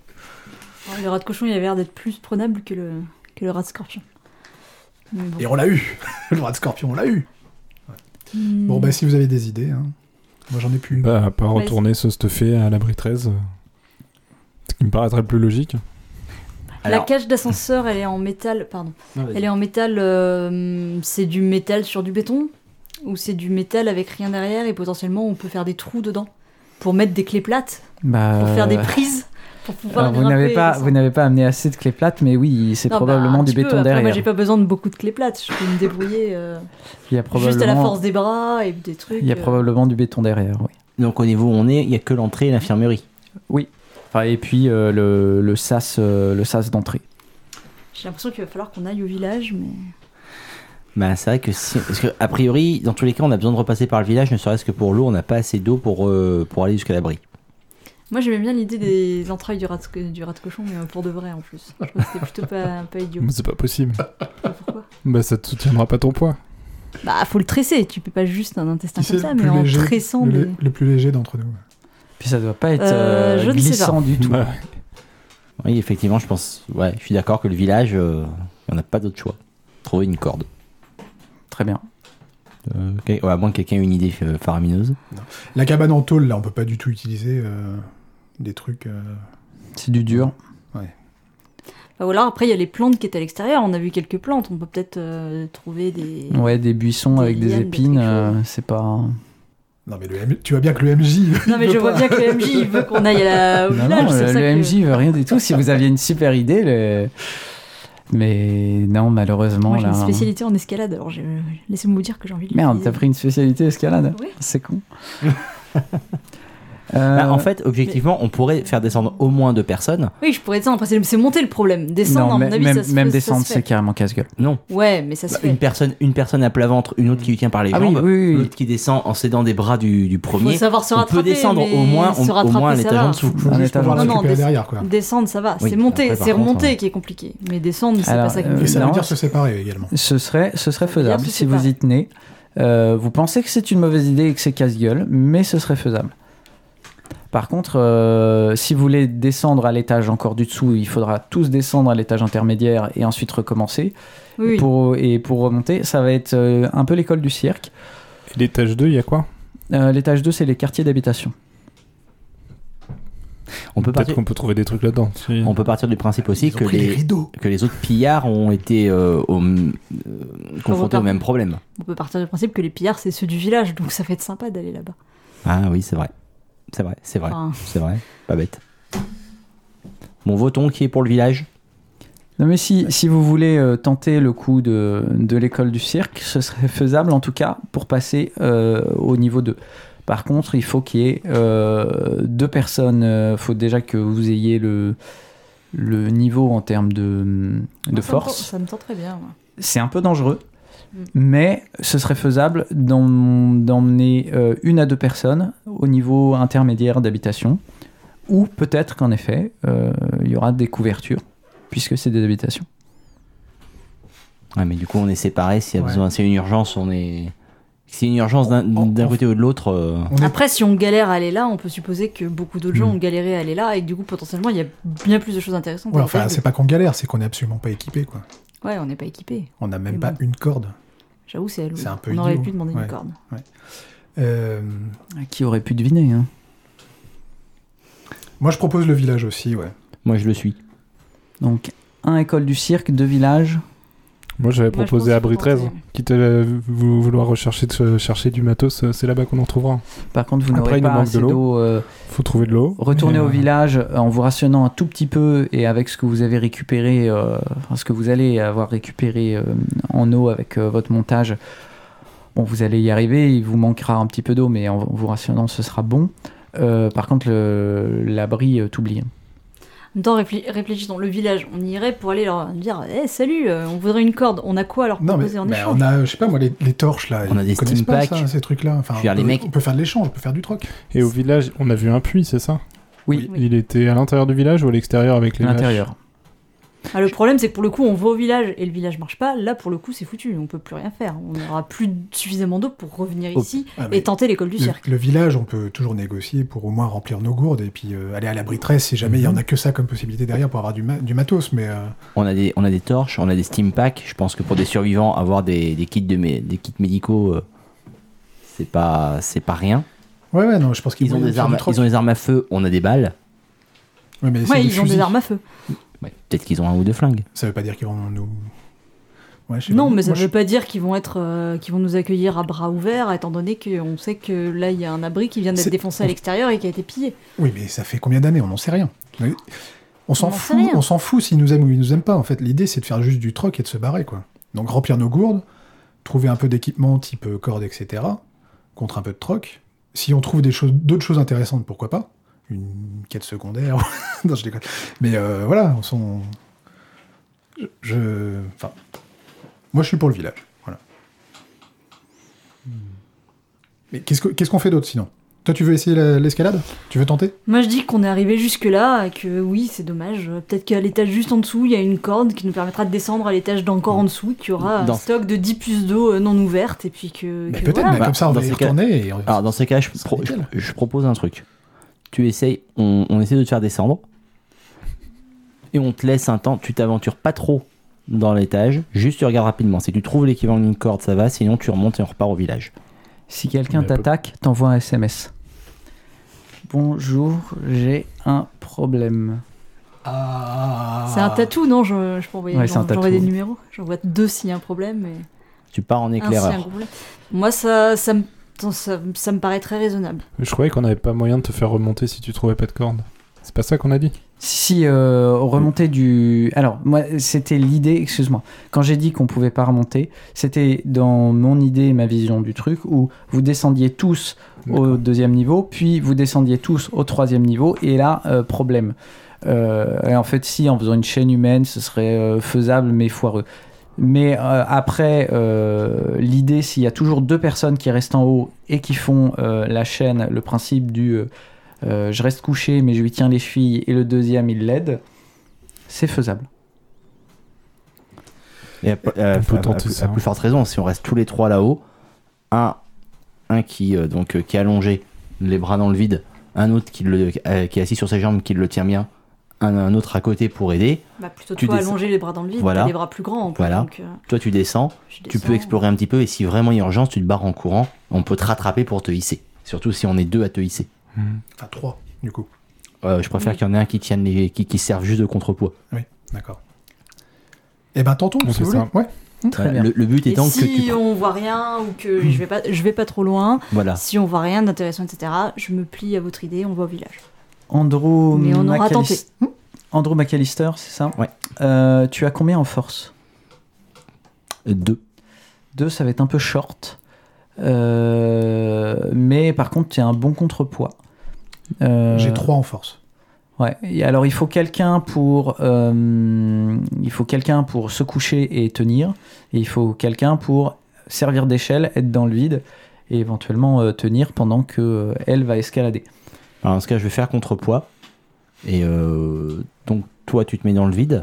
Alors, le rat de cochon, il avait l'air d'être plus prenable que le, que le rat de scorpion. Mais bon. Et on l'a eu. Le rat de scorpion, on l'a eu. Hmm. Bon, bah si vous avez des idées, hein. Moi j'en ai plus. Bah, à pas Ouais, retourner se stuffer à l'abri treize. euh, Ce qui me paraîtrait le plus logique. La Alors- cage d'ascenseur, elle est en métal. Pardon. Elle est en métal. euh, c'est du métal sur du béton ou c'est du métal avec rien derrière et potentiellement on peut faire des trous dedans pour mettre des clés plates, Bah, pour faire des prises, pour pouvoir alors, vous grimper n'avez et pas, descendre. vous n'avez pas amené assez de clés plates, mais oui, c'est Non, bah, probablement un du petit peu. béton Après, derrière. Moi, j'ai pas besoin de beaucoup de clés plates. Je peux me débrouiller euh, Il y a probablement, juste à la force des bras et des trucs. il y a euh. probablement du béton derrière, oui. Donc au niveau où on est, il n'y a que l'entrée et l'infirmerie. Enfin, et puis euh, le, le sas, euh, le sas d'entrée. J'ai l'impression qu'il va falloir qu'on aille au village, mais Bah, c'est vrai que si. Parce que, a priori, dans tous les cas, on a besoin de repasser par le village, ne serait-ce que pour l'eau, on n'a pas assez d'eau pour, euh, pour aller jusqu'à l'abri. moi j'aimais bien l'idée des entrailles du rat de, co- du rat de cochon, mais euh, pour de vrai en plus. Je trouve que c'était plutôt pas, pas idiot. Mais c'est pas possible. Pourquoi? Bah, ça te soutiendra pas ton poids. Bah, faut le tresser. Tu peux pas juste un intestin Qui comme c'est ça, le mais plus en léger, tressant le, des. le plus léger d'entre nous. Puis ça doit pas être Euh, euh, je ne sais glissant du tout. Bah, Oui, effectivement, je pense. Ouais, je suis d'accord que le village, euh, il n'y en a pas d'autre choix. Trouver une corde. Très bien. Euh, ok, ouais, à moins que quelqu'un ait une idée euh, faramineuse. La cabane en tôle, là, on peut pas du tout utiliser euh, des trucs. euh, C'est du dur. Bah, voilà, après il y a les plantes qui étaient à l'extérieur. On a vu quelques plantes. On peut peut-être euh, trouver des. Ouais, des buissons Des avec des lianes, des épines, trucs euh, chauds. c'est pas. Non, mais le M... tu vois bien que le M J. Non, mais je vois bien que le M J il veut qu'on aille à la... au Non, village. non, c'est le, ça le que- M J veut rien du tout. Si vous aviez une super idée, le... mais non, malheureusement Moi, j'ai là. une spécialité en escalade, alors je... laissez-moi vous dire que j'ai envie de Merde, l'utiliser. t'as pris une spécialité escalade. Oui. C'est con. Euh, Bah, en fait, objectivement, on pourrait faire descendre au moins deux personnes. Oui, je pourrais descendre. Après, c'est c'est monter le problème. Descendre, non, à mon mais- avis, même, ça se même fait- ça descendre, se c'est fait. carrément casse-gueule. Non. Ouais, mais ça se Bah, fait. une personne, une personne à plat ventre, une autre qui lui tient par les Ah oui, jambes, oui, oui, oui. l'autre qui descend en s'aidant des bras du, du Faut premier. savoir se On rattraper. peut descendre mais au moins, se au, au rattraper, moins un ça étage va. en dessous. Faut Un juste étage pouvoir en le dessous. récupérer Non, non, derrière, quoi. Descendre, ça va. Oui, c'est monter, après, par c'est contre, remonter euh, qui est compliqué. Mais descendre, c'est Alors, pas ça qui euh, me Et ça non, veut dire c'est- se séparer également. Ce serait, ce serait Bien faisable se si vous séparer. y tenez. Euh, vous pensez que c'est une mauvaise idée et que c'est casse-gueule, mais ce serait faisable. Par contre, euh, si vous voulez descendre à l'étage encore du dessous, il faudra tous descendre à l'étage intermédiaire et ensuite recommencer. Oui, oui. Pour, et pour remonter, ça va être euh, un peu l'école du cirque. Et l'étage deux, il y a quoi? Euh, l'étage deux, c'est les quartiers d'habitation. On peut Peut-être partir, qu'on peut trouver des trucs là-dedans. Si- on peut partir du principe aussi Ils ont que pris les les, rideaux. que les autres pillards ont été euh, au- euh, confrontés au repart- même problème. On peut partir du principe que les pillards, c'est ceux du village, donc ça va être sympa d'aller là-bas. Ah oui, c'est vrai. C'est vrai, c'est vrai. Enfin, C'est vrai, pas bête. Bon, votons qui est pour le village. Non mais si, si vous voulez euh, tenter le coup de, de l'école du cirque, ce serait faisable en tout cas pour passer euh, au niveau deux. Par contre, il faut qu'il y ait euh, deux personnes. Il faut déjà que vous ayez le, le niveau en termes de, de moi, ça me force. tente- Ça me tente très bien. moi. C'est un peu dangereux, Mm. mais ce serait faisable d'em- d'emmener euh, une à deux personnes au niveau intermédiaire d'habitation. Ou peut-être qu'en effet, euh, il y aura des couvertures, puisque c'est des habitations. Ouais, mais du coup, on est séparés. S'il y a Ouais. besoin, c'est une urgence, on est. Si une urgence d'un On- d'un on- côté ou de l'autre. euh, On est- Après, si on galère à aller là, on peut supposer que beaucoup d'autres gens Mm. ont galéré à aller là et que du coup, potentiellement, il y a bien plus de choses intéressantes. Ouais, à enfin, faire. c'est pas qu'on galère, c'est qu'on est absolument pas équipé, quoi. Ouais, on n'est pas équipé. On n'a même Mais pas bon. une corde. J'avoue, c'est C'est un peu On aurait idiot. pu demander Ouais. une corde. Euh, Qui aurait pu deviner, hein. Moi, je propose le village aussi, ouais. Moi, je le suis. Donc, un école du cirque, deux villages. Moi, j'avais Moi, je proposé pense à qu'il faut Brie treize. tenter. Quitte à vou- vouloir rechercher, de- chercher du matos, euh, c'est là-bas qu'on en trouvera. Par contre, vous Après, n'aurez il nous pas manque assez de l'eau. d'eau. euh, Faut trouver de l'eau. retournez Et, au euh, village euh, en vous rationnant un tout petit peu et avec ce que vous avez récupéré, euh, enfin, ce que vous allez avoir récupéré euh, en eau avec euh, votre montage. Bon, vous allez y arriver, il vous manquera un petit peu d'eau, mais en vous rationnant, ce sera bon. Euh, par contre, le- l'abri, euh, t'oublie. En même temps, réfl- réfléchissons. Le village, on irait pour aller leur dire Eh, salut, euh, on voudrait une corde. On a quoi à leur Non, mais proposer en bah, échange on a, je sais pas moi, les, les torches là. On a ils des connaissent steam pas packs. ça, ces trucs-là. Enfin, Je veux dire, on, les peut, mecs- on peut faire de l'échange, on peut faire du troc. Et au village, on a vu un puits, c'est ça? Oui, Oui. Il était à l'intérieur du village ou à l'extérieur avec les à l'intérieur. vaches? Ah, le problème, c'est que pour le coup, on va au village et le village marche pas. Là, pour le coup, c'est foutu. On peut plus rien faire. On n'aura plus suffisamment d'eau pour revenir Oh. ici Ah, mais et tenter l'école du le, cirque. le village, on peut toujours négocier pour au moins remplir nos gourdes et puis euh, aller à l'abri treize si jamais il y en a que ça comme possibilité derrière pour avoir du, ma- du matos. Mais euh, On a, des, on a des torches, on a des steam packs. Je pense que pour des survivants, avoir des, des kits, de mé- des kits médicaux, euh, c'est pas, c'est pas rien. ouais, ouais, non, je pense qu'ils Ils ont, vont des faire armes, du troc. ils ont des armes à feu, on a des balles. Ouais, mais c'est Ouais, des ils ont des fusils. armes à feu. Ouais, peut-être qu'ils ont un ou deux flingues. Ça veut pas dire qu'ils vont nous. Ouais, je sais Non, pas. mais ça Moi, veut je- pas dire qu'ils vont être, euh, qu'ils vont nous accueillir à bras ouverts, étant donné qu'on sait que là, il y a un abri qui vient d'être C'est- défoncé à l'extérieur et qui a été pillé. Oui, mais ça fait combien d'années? On n'en sait rien. Mais On s'en n'en sait fout, rien. on s'en fout s'ils nous aiment ou ils nous aiment pas. En fait, l'idée c'est de faire juste du troc et de se barrer, quoi. Donc remplir nos gourdes, trouver un peu d'équipement type euh, corde, et cetera. Contre un peu de troc. Si on trouve des choses, d'autres choses intéressantes, pourquoi pas? Une quête secondaire. Non, je déconne. Mais euh, voilà, on s'en. Je, je- Enfin, moi je suis pour le village. Voilà. Mais qu'est-ce que- qu'est-ce qu'on fait d'autre sinon? Toi, tu veux essayer la- l'escalade? Tu veux tenter? Moi, je dis qu'on est arrivé jusque-là et que oui, c'est dommage. Peut-être qu'à l'étage juste en dessous, il y a une corde qui nous permettra de descendre à l'étage d'encore en dessous, qu'il y aura Dans- un stock de dix puces d'eau euh, non ouvertes et puis que. Mais que peut-être, voilà. mais Bah, comme ça on dans va y ces cas- retourner. Et on- Alors dans ces cas, je, Ça pro- nickel. je- je propose un truc. Tu essayes, on, on essaie de te faire descendre. Et on te laisse un temps, tu t'aventures pas trop dans l'étage, juste tu regardes rapidement. Si tu trouves l'équivalent d'une corde, ça va, sinon tu remontes et on repart au village. Si quelqu'un Mais peu- t'attaque, t'envoies un S M S. Bonjour, j'ai un problème. Ah. C'est un tatou, non? Je, je peux envoyer Ouais, c'est un j'envoie tatou. des numéros. J'envoie deux s'il y a un problème. Mais... Tu pars en Un s'il y a un éclaireur. gros problème. Moi, ça, ça me Attends, ça, ça me paraît très raisonnable. Je croyais qu'on n'avait pas moyen de te faire remonter si tu trouvais pas de corde. C'est pas ça qu'on a dit? Si, euh, remonter du... Alors, moi, c'était l'idée, excuse-moi, quand j'ai dit qu'on pouvait pas remonter, c'était dans mon idée, ma vision du truc, où vous descendiez tous D'accord. au deuxième niveau, puis vous descendiez tous au troisième niveau, et là, euh, problème. Euh, et en fait, si, en faisant une chaîne humaine, ce serait euh, faisable, mais foireux. Mais euh, après, euh, l'idée, s'il y a toujours deux personnes qui restent en haut et qui font euh, la chaîne, le principe du euh, euh, je reste couché mais je lui tiens les chevilles et le deuxième il l'aide, c'est faisable. Et à, à- On peut à- tenter à- ça. à plus forte raison, si on reste tous les trois là-haut, un, un qui, euh, donc, euh, qui est allongé, les bras dans le vide, un autre qui, le, euh, qui est assis sur ses jambes, qui le tient bien, un, un autre à côté pour aider. Bah, plutôt Tu toi descends. allonger les bras dans le vide, Voilà. t'as les bras plus grands en plus. Voilà. Donc, euh, Toi, tu descends, je tu descends. peux explorer un petit peu, et si vraiment il y a urgence, tu te barres en courant, on peut te rattraper pour te hisser. Surtout si on est deux à te hisser. Enfin, trois, du coup. Euh, je préfère Oui. qu'il y en ait un qui tienne les, qui, qui serve juste de contrepoids. Oui, d'accord. Eh ben, tentons, On si fait vous ça. voulez. Ouais. Très Voilà, bien. le, le but Et étant que si tu... on voit rien ou que je vais pas, je vais pas trop loin, Voilà. si on voit rien d'intéressant, et cetera, je me plie à votre idée, on va au village. Andrew, Mais on aura McAllis- Andrew McAllister, c'est ça? Ouais. Euh, tu as combien en force? Deux. Deux, ça va être un peu short. Euh, mais par contre, tu as un bon contrepoids. Euh, J'ai trois en force. Ouais. Et alors, il faut quelqu'un pour, euh, il faut quelqu'un pour se coucher et tenir. Et il faut quelqu'un pour servir d'échelle, être dans le vide et éventuellement euh, tenir pendant que euh, elle va escalader. Alors, dans ce cas, je vais faire contrepoids. Et euh, donc, toi, tu te mets dans le vide.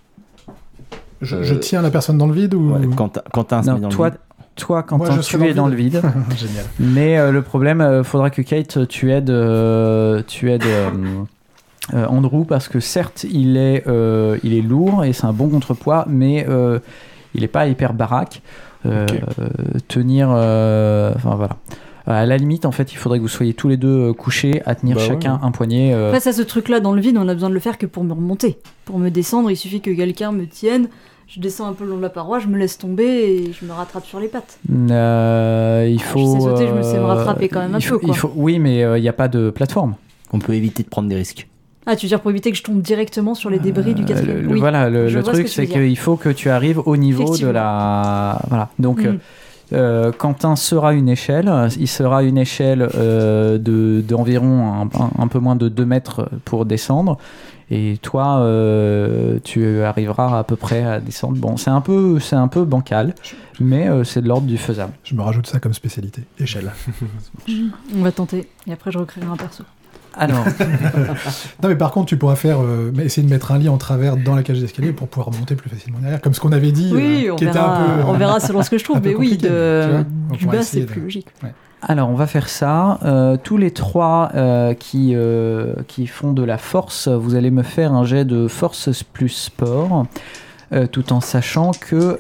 Je, Euh, je tiens la personne dans le vide ou... Ouais, Quentin, Quentin se Non, met dans toi, le vide. toi, quand Moi, je serai tu es dans dans le le vide. Génial. Mais euh, le problème, euh, faudra que Kate, tu aides, euh, tu aides euh, euh, Andrew parce que certes, il est, euh, il est lourd et c'est un bon contrepoids, mais euh, il n'est pas hyper baraque. Euh, Ok. euh, tenir, euh, enfin voilà. À la limite, en fait, il faudrait que vous soyez tous les deux euh, couchés à tenir Bah ouais, chacun ouais. un poignet. euh, Après, ça, ce truc-là, dans le vide, on a besoin de le faire que pour me remonter. Pour me descendre, il suffit que quelqu'un me tienne, je descends un peu le long de la paroi, je me laisse tomber et je me rattrape sur les pattes. euh, il faut. je sais sauter, je me sais me euh, rattraper quand même un il faut- peu, quoi. il faut- oui, mais euh, il n'y a pas de plateforme. On peut éviter de prendre des risques. Ah, tu veux dire pour éviter que je tombe directement sur les débris du Euh, quatrième le- le- Oui. Voilà, le, je le vois ce truc, que tu c'est veux dire. qu'il faut que tu arrives au niveau de la. Voilà. Donc, Mm. euh, euh, Quentin sera une échelle. Il sera une échelle euh, de, d'environ un, un- un peu moins de deux mètres pour descendre. Et toi, euh, tu arriveras à peu près à descendre. Bon, c'est un peu, c'est un peu bancal, mais euh, c'est de l'ordre du faisable. Je me rajoute ça comme spécialité. Échelle. On va tenter. Et après, je recréerai un perso. Alors, Non, mais par contre, tu pourras faire, euh, mais essayer de mettre un lit en travers dans la cage d'escalier pour pouvoir monter plus facilement derrière. Comme ce qu'on avait dit, Oui, euh, on qui était verra, un peu. on verra selon ce que je trouve. un peu Mais oui, compliqué, tu de, vois. On du pourra bas, essayer c'est de- plus logique. Alors, on va faire ça. Euh, tous les trois euh, qui, euh, qui font de la force, vous allez me faire un jet de force plus sport, euh, tout en sachant que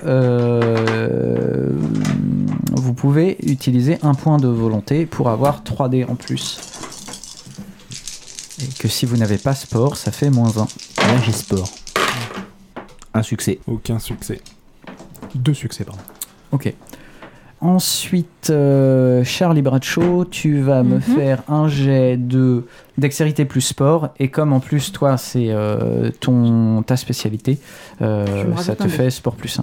euh, vous pouvez utiliser un point de volonté pour avoir trois dés en plus. Et que si vous n'avez pas sport, ça fait moins un. Là, j'ai sport. Un succès. Aucun succès. Deux succès, pardon. Ok. Ensuite, euh, Charlie Bradshaw, tu vas me Mhm. faire un jet de dextérité plus sport. Et comme en plus, toi, c'est euh, ton ta spécialité, euh, Je me ça rajoute te un dé. fait sport plus un.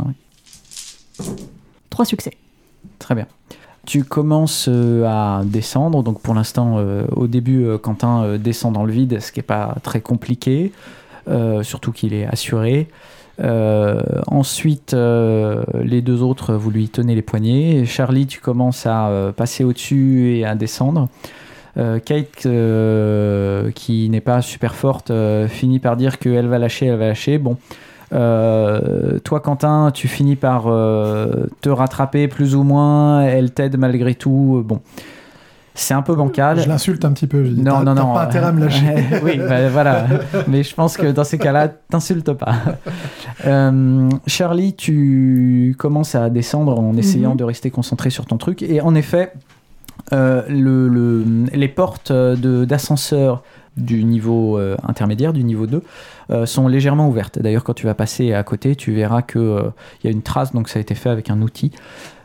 Trois succès. Très bien. Tu commences euh, à descendre. Donc pour l'instant, euh, au début, euh, Quentin euh, descend dans le vide, ce qui n'est pas très compliqué, euh, surtout qu'il est assuré. Euh, ensuite, euh, les deux autres, vous lui tenez les poignets. Charlie, tu commences à euh, passer au-dessus et à descendre. Euh, Kate, euh, qui n'est pas super forte, euh, finit par dire qu'elle va lâcher, elle va lâcher. Bon, euh, toi, Quentin, tu finis par euh, te rattraper plus ou moins. Elle t'aide malgré tout. Bon, c'est un peu bancal. Je l'insulte un petit peu. Je dis, Non, t'as, non, t'as non. pas intérêt à me lâcher. Oui, bah, voilà. Mais je pense que dans ces cas-là, t'insultes pas. Euh, Charlie, tu commences à descendre en essayant Mhm. de rester concentré sur ton truc. Et en effet, euh, le, le- les portes de, d'ascenseur du niveau euh, intermédiaire, du niveau deux, euh, sont légèrement ouvertes. D'ailleurs, quand tu vas passer à côté, tu verras qu'il y a une trace, donc ça a été fait avec un outil.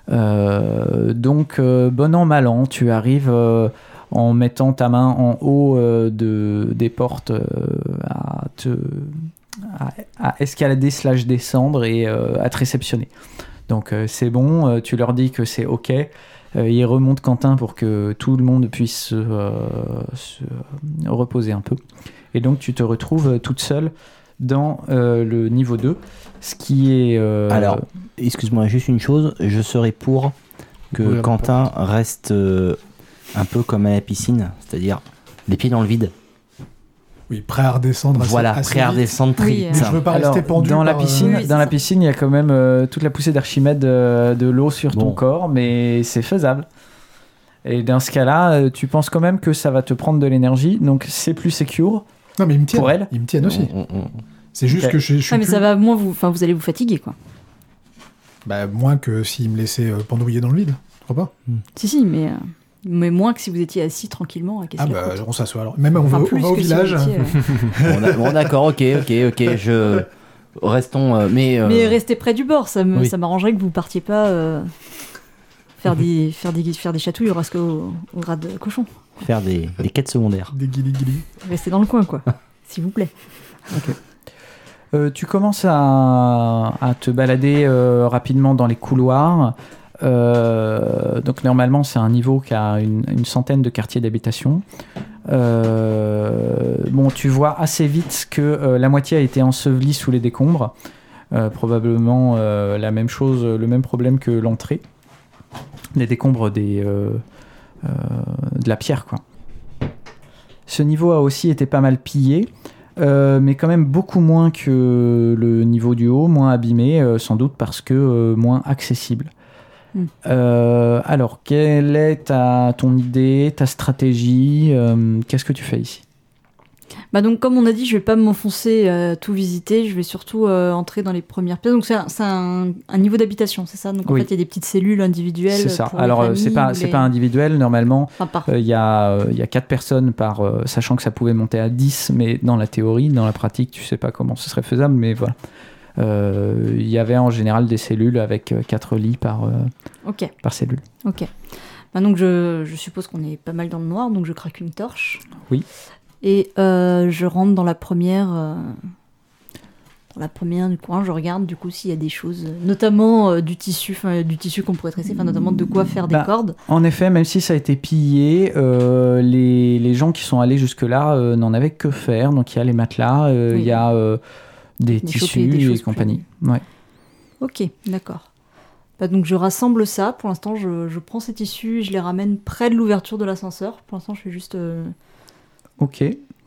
Euh, donc, euh, bon an, mal an, tu arrives euh, en mettant ta main en haut euh, de, des portes euh, à, te, à, à escalader slash descendre et euh, à te réceptionner. Donc, euh, c'est bon, euh, tu leur dis que c'est OK. Euh, il remonte Quentin pour que tout le monde puisse euh, se reposer un peu. Et donc, tu te retrouves toute seule dans euh, le niveau deux, ce qui est... Euh... Alors, excuse-moi, juste une chose, je serais pour que Oui, Quentin reste euh, un peu comme à la piscine, c'est-à-dire les pieds dans le vide. Oui, prêt à redescendre assez, Voilà, assez prêt à vite. redescendre très Oui, vite. euh, Mais je veux pas Alors, rester pendu dans la par, euh, piscine, Oui, oui, dans c'est la ça. piscine, il y a quand même euh, toute la poussée d'Archimède euh, de l'eau sur ton Bon. corps, mais c'est faisable. Et dans ce cas-là, euh, tu penses quand même que ça va te prendre de l'énergie, donc c'est plus secure. Non, mais ils me tiennent. Pour elle Ils me tiennent aussi. On- on- on- C'est juste Ok. que je, je suis Ah, mais plus... ça va moins vous. Enfin, vous allez vous fatiguer, quoi. Bah, moins que s'ils me laissaient euh, pendouiller dans le vide. Tu crois pas? Si, si, mais, euh, mais moins que si vous étiez assis tranquillement à casser Ah, la bah, croûte. on s'assoit alors. Même on Enfin, va, on plus va au que si village. vous étiez, euh, Bon, d'a- bon, d'accord, ok, ok, ok, je... Restons, euh, mais... euh, Mais restez près du bord, ça, me, oui. ça m'arrangerait que vous partiez pas euh, faire, des, faire, des, faire des chatouilles au, rasque- au, au ras de cochon. faire des, des quêtes secondaires. Des guili-guili. Restez dans le coin, quoi. S'il vous plaît. Euh, tu commences à, à te balader euh, rapidement dans les couloirs. Euh, donc normalement, c'est un niveau qui a une, une centaine de quartiers d'habitation. Euh, bon, tu vois assez vite que euh, la moitié a été ensevelie sous les décombres. Euh, probablement euh, la même chose, le même problème que l'entrée. Les décombres des, euh, euh, de la pierre, quoi. Ce niveau a aussi été pas mal pillé. Euh, mais quand même beaucoup moins que le niveau du haut, moins abîmé, euh, sans doute parce que euh, moins accessible. Mm. Euh, alors, quelle est ta, ton idée, ta stratégie euh, Qu'est-ce que tu fais ici? Bah donc, comme on a dit, je vais pas m'enfoncer à tout visiter, je vais surtout euh, entrer dans les premières pièces. Donc, c'est un, c'est un, un niveau d'habitation, c'est ça? Donc, en Oui. fait, il y a des petites cellules individuelles. C'est ça. pour les Alors, euh, c'est familles pas, ou c'est les- pas individuel. Normalement, Enfin, par- il y a euh, il y a quatre personnes par, euh, sachant que ça pouvait monter à dix, mais dans la théorie, dans la pratique, tu sais pas comment ce serait faisable, mais voilà. Euh, Il y avait en général des cellules avec quatre lits par, euh, Ok, par cellule. ok. Bah donc, je, je suppose qu'on est pas mal dans le noir, donc je craque une torche. Oui. Et euh, je rentre dans la première... euh, dans la première du coin, je regarde du coup s'il y a des choses, euh, notamment euh, du tissu, enfin du tissu qu'on pourrait tresser, enfin notamment de quoi faire des Bah, cordes. En effet, même si ça a été pillé, euh, les, les gens qui sont allés jusque-là euh, n'en avaient que faire. Donc il y a les matelas, euh, il Oui. y a euh, des Des tissus chopés, des et choses compagnie. Ouais. Ok, d'accord. Bah, donc je rassemble ça. Pour l'instant, je, je prends ces tissus et je les ramène près de l'ouverture de l'ascenseur. Pour l'instant, je fais juste, euh, Ok.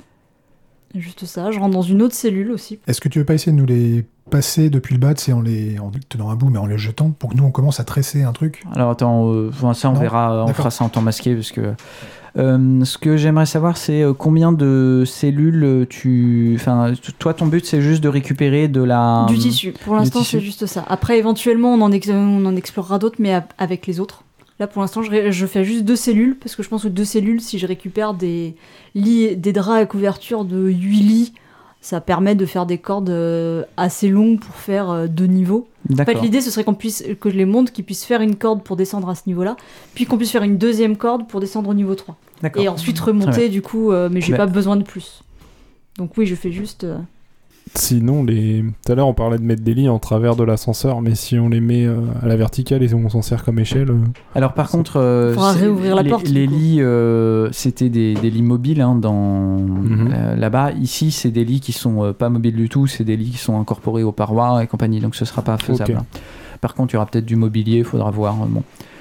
juste ça. Je rentre dans une autre cellule aussi. Est-ce que tu veux pas essayer de nous les passer depuis le bas, c'est en les en les tenant un bout, mais en les jetant, pour que nous on commence à tresser un truc? Alors attends, euh, enfin, ça on Non, verra, on d'accord. fera ça en temps masqué parce que. Euh, ce que j'aimerais savoir, c'est euh, combien de cellules euh, tu. Enfin, t- toi, ton but, c'est juste de récupérer de la. Du tissu. Pour l'instant, tissu. c'est juste ça. Après, éventuellement, on en, ex- on en explorera d'autres, mais a- avec les autres. Là, pour l'instant, je, ré- je fais juste deux cellules, parce que je pense que deux cellules, si je récupère des lits, des draps à couverture de huit lits, ça permet de faire des cordes euh, assez longues pour faire euh, deux niveaux. En D'accord. fait, l'idée, ce serait qu'on puisse, que je les monte, qu'ils puissent faire une corde pour descendre à ce niveau-là, puis qu'on puisse faire une deuxième corde pour descendre au niveau trois. D'accord. Et ensuite Très remonter, bien. du coup, euh, mais j'ai Mais- pas besoin de plus. Donc oui, je fais juste... euh, Sinon, les... tout à l'heure, on parlait de mettre des lits en travers de l'ascenseur, mais si on les met euh, à la verticale et on s'en sert comme échelle... euh, Alors par contre, euh, Faudra c'est- réouvrir la les, porte, les du coup. lits, euh, c'était des, des lits mobiles hein, dans Mhm. euh, là-bas. Ici, c'est des lits qui sont euh, pas mobiles du tout. C'est des lits qui sont incorporés aux parois et compagnie. Donc ce sera pas faisable. Ok. hein. Par contre, il y aura peut-être du mobilier. Il faudra voir. euh, Bon.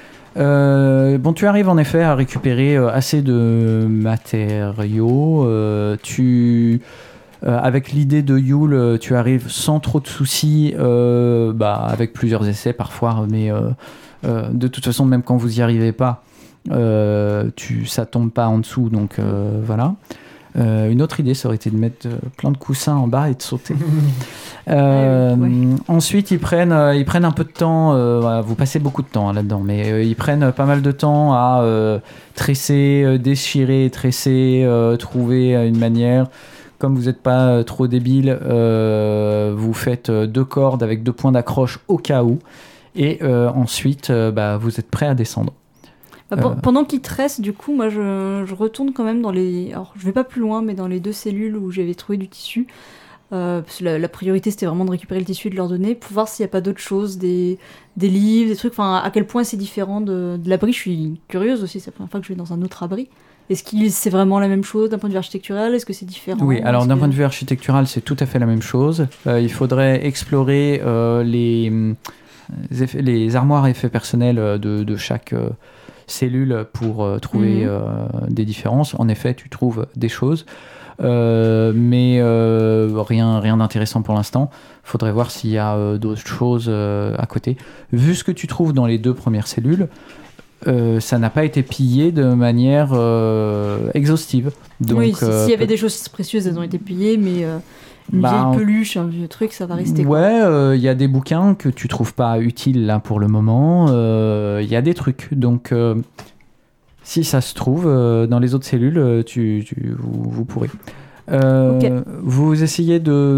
Euh, bon, tu arrives en effet à récupérer euh, assez de matériaux. Euh, tu Euh, avec l'idée de Yule, euh, tu arrives sans trop de soucis, euh, bah, avec plusieurs essais parfois, mais euh, euh, de toute façon, même quand vous y arrivez pas, euh, tu, ça tombe pas en dessous, donc euh, voilà. Euh, une autre idée, ça aurait été de mettre euh, plein de coussins en bas et de sauter. Euh, Ouais, ouais. Ensuite, ils prennent, euh, ils prennent un peu de temps. euh, voilà, vous passez beaucoup de temps hein, là-dedans, mais euh, ils prennent pas mal de temps à euh, tresser, euh, déchirer, tresser, euh, trouver euh, une manière. Comme vous n'êtes pas euh, trop débile, euh, vous faites euh, deux cordes avec deux points d'accroche au cas où. Et euh, ensuite, euh, bah, vous êtes prêt à descendre. Bah, pe- Euh. Pendant qu'il tresse, du coup, moi je, je retourne quand même dans les. Alors je vais pas plus loin, mais dans les deux cellules où j'avais trouvé du tissu. Euh, parce que la, la priorité c'était vraiment de récupérer le tissu et de leur donner pour voir s'il n'y a pas d'autres choses, des, des livres, des trucs, enfin à quel point c'est différent de, de l'abri. Je suis curieuse aussi, c'est la première fois que je vais dans un autre abri. Est-ce que c'est vraiment la même chose d'un point de vue architectural? Est-ce que c'est différent? Oui, alors Est-ce d'un que- point de vue architectural, c'est tout à fait la même chose. Euh, il faudrait explorer euh, les, hum, les effets- les armoires effets personnels euh, de, de chaque euh, cellule pour euh, trouver Mhm. euh, des différences. En effet, tu trouves des choses. Euh, mais euh, rien, rien d'intéressant pour l'instant. Faudrait voir s'il y a euh, d'autres choses euh, à côté. Vu ce que tu trouves dans les deux premières cellules, euh, ça n'a pas été pillé de manière euh, exhaustive. Donc, oui, si- euh, s'il y avait peut- des choses précieuses, elles ont été pillées, mais euh, une Bah, vieille on- peluche, un vieux truc, ça va rester. quoi. Ouais, il y a des bouquins que tu trouves pas utiles là pour le moment. Il y a des trucs. Donc, euh, si ça se trouve, euh, dans les autres cellules, euh, tu, tu- vous, vous pourrez. Euh, Ok. Vous essayez de,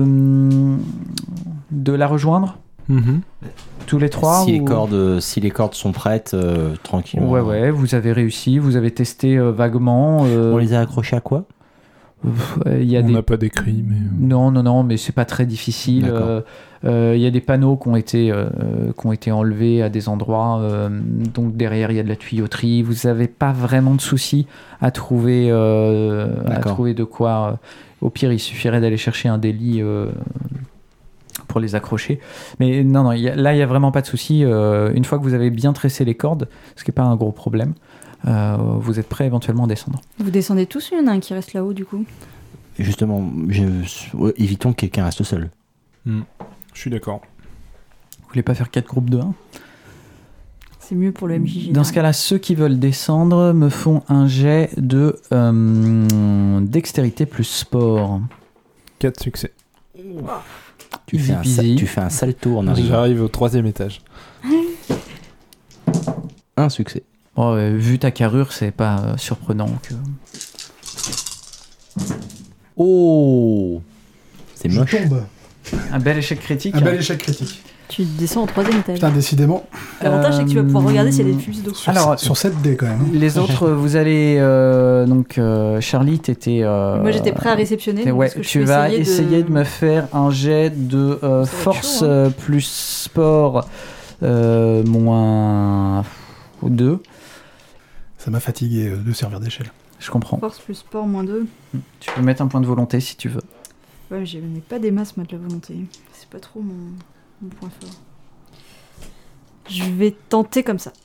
de la rejoindre Mhm. tous les trois si, les ou- cordes, si les cordes sont prêtes, euh, tranquillement. Ouais, ouais, vous avez réussi, vous avez testé euh, vaguement. euh, On les a accrochés à quoi? euh, il y a On des n'a pas décrit, mais. euh, Non, non, non, mais c'est pas très difficile. D'accord. Euh, euh, Il y a des panneaux qui ont été, euh, qui ont été enlevés à des endroits. euh, donc derrière, il y a de la tuyauterie. Vous n'avez pas vraiment de soucis à trouver, euh, à D'accord. trouver de quoi. euh, au pire, il suffirait d'aller chercher un délit euh, pour les accrocher. Mais non, non, il y a- là, il n'y a vraiment pas de souci. Euh, une fois que vous avez bien tressé les cordes, ce qui n'est pas un gros problème, euh, vous êtes prêt éventuellement à descendre. Vous descendez tous, il y en a un qui reste là-haut, du coup. Justement, je... ouais, évitons que quelqu'un reste seul. hmm. Je suis d'accord. Vous voulez pas faire quatre groupes de un? C'est mieux pour le M J G. Dans ce cas-là, ceux qui veulent descendre me font un jet de euh, dextérité plus sport. quatre succès. Tu Easy fais, un sa- peasy. tu fais un salto en arrivant. J'arrive au troisième étage. Un succès. Bon, euh, vu ta carrure, c'est pas euh, surprenant que. Oh, c'est Je moche. tombe. Un bel échec critique. Un bel échec critique. Tu descends au troisième étage. Putain, décidément. L'avantage, c'est que tu vas pouvoir regarder s'il y a des fuses d'eau. Sur, Alors, sur sept dés quand même. hein. Les autres, vous allez euh, donc euh, Charlie, t'étais. euh, Moi, j'étais prêt à réceptionner. t'es- donc ouais, est-ce que je tu peux vas essayer essayer de... me faire un jet de euh, Ça va être force chaud, hein. euh, plus sport euh, moins deux. Ça m'a fatigué euh, de servir d'échelle. Je comprends. Force plus sport moins deux. Tu peux mettre un point de volonté si tu veux. Ouais, j'ai mais pas des masses, moi, de la volonté. C'est pas trop mon, mon point fort. Je vais tenter comme ça.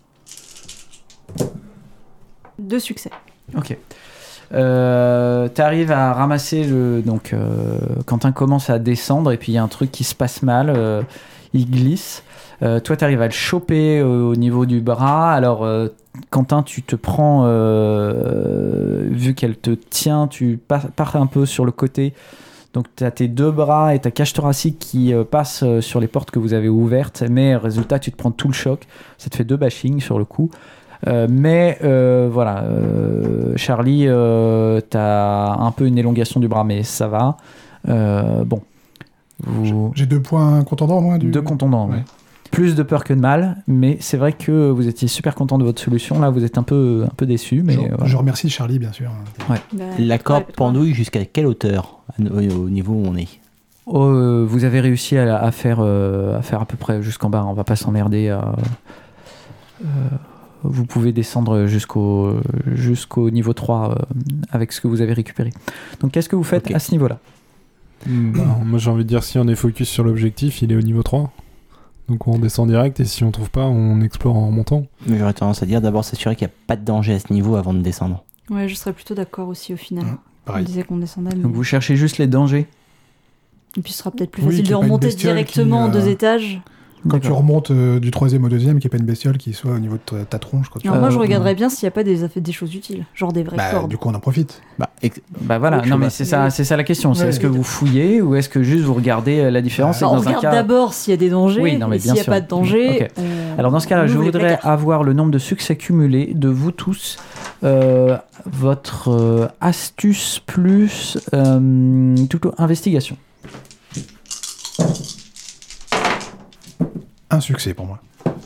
Deux succès. Ok. Euh, T'arrives à ramasser le. Donc, euh, Quentin commence à descendre et puis il y a un truc qui se passe mal. euh, il glisse. Euh, toi, t'arrives à le choper euh, au niveau du bras. Alors, euh, Quentin, tu te prends. euh, vu qu'elle te tient, tu pars, pars un peu sur le côté. Donc, tu as tes deux bras et ta cage thoracique qui euh, passent euh, sur les portes que vous avez ouvertes. Mais résultat, tu te prends tout le choc. Ça te fait deux bashings sur le coup. Euh, mais euh, voilà, euh, Charlie, euh, t'as un peu une élongation du bras, mais ça va. Euh, bon, vous... J'ai deux points contendants au moins du. deux contondants. Ouais. Ouais. Plus de peur que de mal, mais c'est vrai que vous étiez super content de votre solution. Là, vous êtes un peu, un peu déçu, mais je, euh, voilà. je remercie Charlie, bien sûr. Bah, La corde ouais, pendouille jusqu'à quelle hauteur au, au niveau où on est? Oh, euh, vous avez réussi à, à, faire, euh, à faire à peu près jusqu'en bas. On va pas s'emmerder. À... Euh, vous pouvez descendre jusqu'au jusqu'au niveau trois euh, avec ce que vous avez récupéré. Donc, qu'est-ce que vous faites Ok. à ce niveau-là? Hmm, bah, moi j'ai envie de dire si on est focus sur l'objectif, il est au niveau trois. Donc on descend direct et si on trouve pas, on explore en montant. Mais j'aurais tendance à dire d'abord s'assurer qu'il n'y a pas de danger à ce niveau avant de descendre. Ouais, je serais plutôt d'accord aussi au final. Hein, On pareil. disait qu'on descendait, mais... Donc, vous cherchez juste les dangers. Et puis ce sera peut-être plus Oui, facile qu'il y de ait pas une remonter bestiole directement qui, en euh, deux étages. Quand tu D'accord. remontes euh, du troisième au deuxième, qu'il n'y ait pas une bestiole qui soit au niveau de ta, ta tronche. Quand tu... Alors moi, je Euh, regarderais bien s'il n'y a pas des, des choses utiles, genre des vraies Bah, cordes. du coup, on en profite. Bah, ex- Bah voilà, Oui, non je mais vois. c'est ça, c'est ça la question. C'est Ouais. est-ce que vous fouillez ou est-ce que juste vous regardez euh, la différence Bah, et Alors, que on dans un regarde cas... d'abord s'il y a des dangers, Oui, non, mais et s'il bien n'y a sûr. pas de danger... Ok. on- Alors dans ce cas-là, on je ouvre les voudrais placards. avoir le nombre de succès cumulés de vous tous. Euh, votre euh, astuce plus euh, tout, investigation. Un succès pour moi.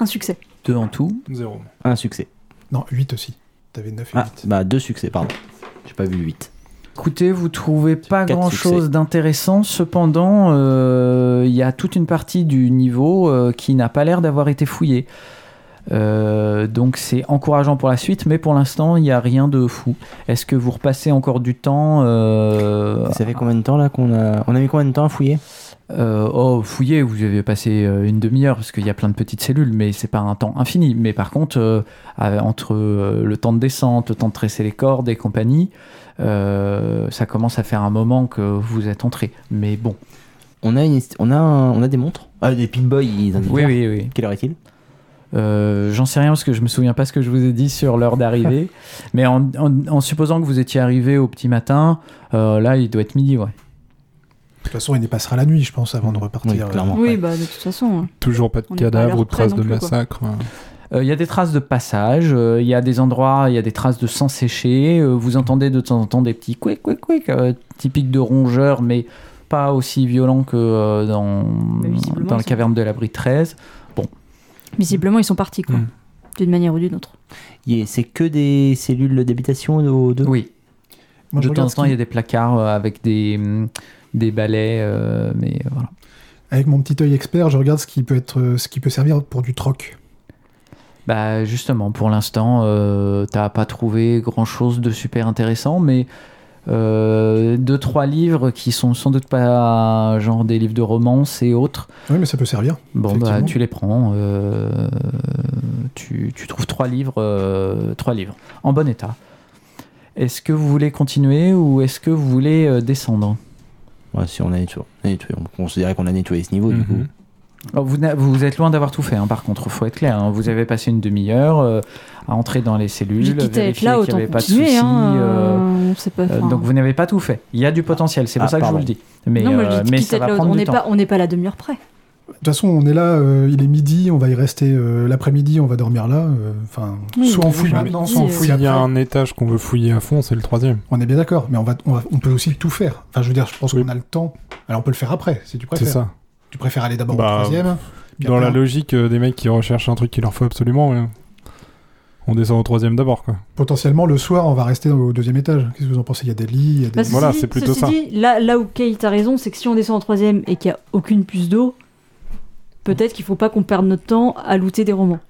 Un succès. Deux en tout. Zéro. Un succès. Non, huit aussi. T'avais neuf et Ah, huit. bah deux succès, pardon. J'ai pas vu le huit. Écoutez, vous trouvez pas Quatre grand-chose succès. d'intéressant. Cependant, euh, il y a toute une partie du niveau euh, qui n'a pas l'air d'avoir été fouillée. Euh, donc c'est encourageant pour la suite, mais pour l'instant, il n'y a rien de fou. Est-ce que vous repassez encore du temps euh, Ça fait combien de temps là qu'on a. On a mis combien de temps à fouiller? Euh, oh, fouiller, vous avez passé euh, une demi-heure parce qu'il y a plein de petites cellules, mais c'est pas un temps infini. Mais par contre, euh, euh, entre euh, le temps de descente, le temps de tresser les cordes et compagnie, euh, ça commence à faire un moment que vous êtes entré. Mais bon. On a, une... on a, un- on a des montres. Ah, des Pip-Boy, ils indiquent Oui, l'heure. oui, oui. Quelle heure est-il? Euh, J'en sais rien parce que je me souviens pas ce que je vous ai dit sur l'heure d'arrivée. Mais en, en- en supposant que vous étiez arrivé au petit matin, euh, là, il doit être midi, ouais. De toute façon, il y passera la nuit, je pense, avant de repartir. Oui, clairement. Oui, Ouais. bah de toute façon. Toujours pas de On n'est pas à cadavre l'heure ou de près traces non de plus, quoi. massacre. hein. Euh, Il y a des traces de passage, euh, il y a des endroits, il y a des traces de sang séché, euh, vous entendez de temps en temps des petits quick quick quick euh, typiques de rongeurs, mais pas aussi violents que euh, dans, Mais visiblement, dans la ils sont- caverne de l'abri treize. Visiblement, ils sont partis, quoi. Mm. D'une manière ou d'une autre. Il- C'est que des cellules d'habitation aux deux? Oui, Moi, je de temps en regarde ce temps, qui- il y a des placards euh, avec des, hum, des balais, euh, mais euh, voilà. Avec mon petit œil expert, je regarde ce qui peut être, euh, ce qui peut servir pour du troc. Bah justement, pour l'instant, euh, t'as pas trouvé grand-chose de super intéressant, mais euh, deux, trois livres qui sont sans doute pas genre des livres de romance et autres. Oui, mais ça peut servir. Bon, bah Effectivement. tu les prends. euh, tu, tu trouves trois livres, euh, trois livres en bon état. Est-ce que vous voulez continuer ou est-ce que vous voulez euh, descendre? Ouais, si on a nettoyé, on a nettoyé, on considérait qu'on a nettoyé ce niveau, du coup. Mhm. Alors, vous, n'a- vous êtes loin d'avoir tout fait, hein, par contre, faut être clair. hein. Vous avez passé une demi-heure euh, à entrer dans les cellules, J'ai quitté à être vérifier là, qu'il n'y autant avait pas de continuer. soucis. Hein, euh, euh, c'est pas, euh, enfin, donc vous n'avez pas tout fait. Il y a du potentiel, c'est pour Ah, ça que pardon. je vous le dis. Mais, non, moi, euh, je dis mais quitte ça à être va là, prendre on du n'est temps. pas, on n'est pas à la demi-heure près. De toute façon, on est là, euh, il est midi, on va y rester euh, l'après-midi, on va dormir là. euh, Enfin, Oui, soit on mais fouille j'ai maintenant, envie de soit on dire, fouille S'il y après. a un étage qu'on veut fouiller à fond, c'est le troisième. On est bien d'accord, mais on, va, on, va- on peut aussi tout faire. Enfin, je veux dire, je pense Oui. qu'on a le temps. Alors, on peut le faire après, si tu C'est préfères. ça. Tu préfères aller d'abord Bah, au troisième. puis Dans après, la hein. logique euh, des mecs qui recherchent un truc qu'il leur faut absolument, ouais. On descend au troisième d'abord, quoi. Potentiellement, le soir, on va rester au deuxième étage. Qu'est-ce que vous en pensez? Il y a des lits, il y a des... Bah, ceci Voilà, dit- c'est plutôt ceci ça. dit, là, là où Kate a raison, c'est que si on descend en troisième et qu'il n'y a aucune puce d'eau, peut-être qu'il faut pas qu'on perde notre temps à looter des romans.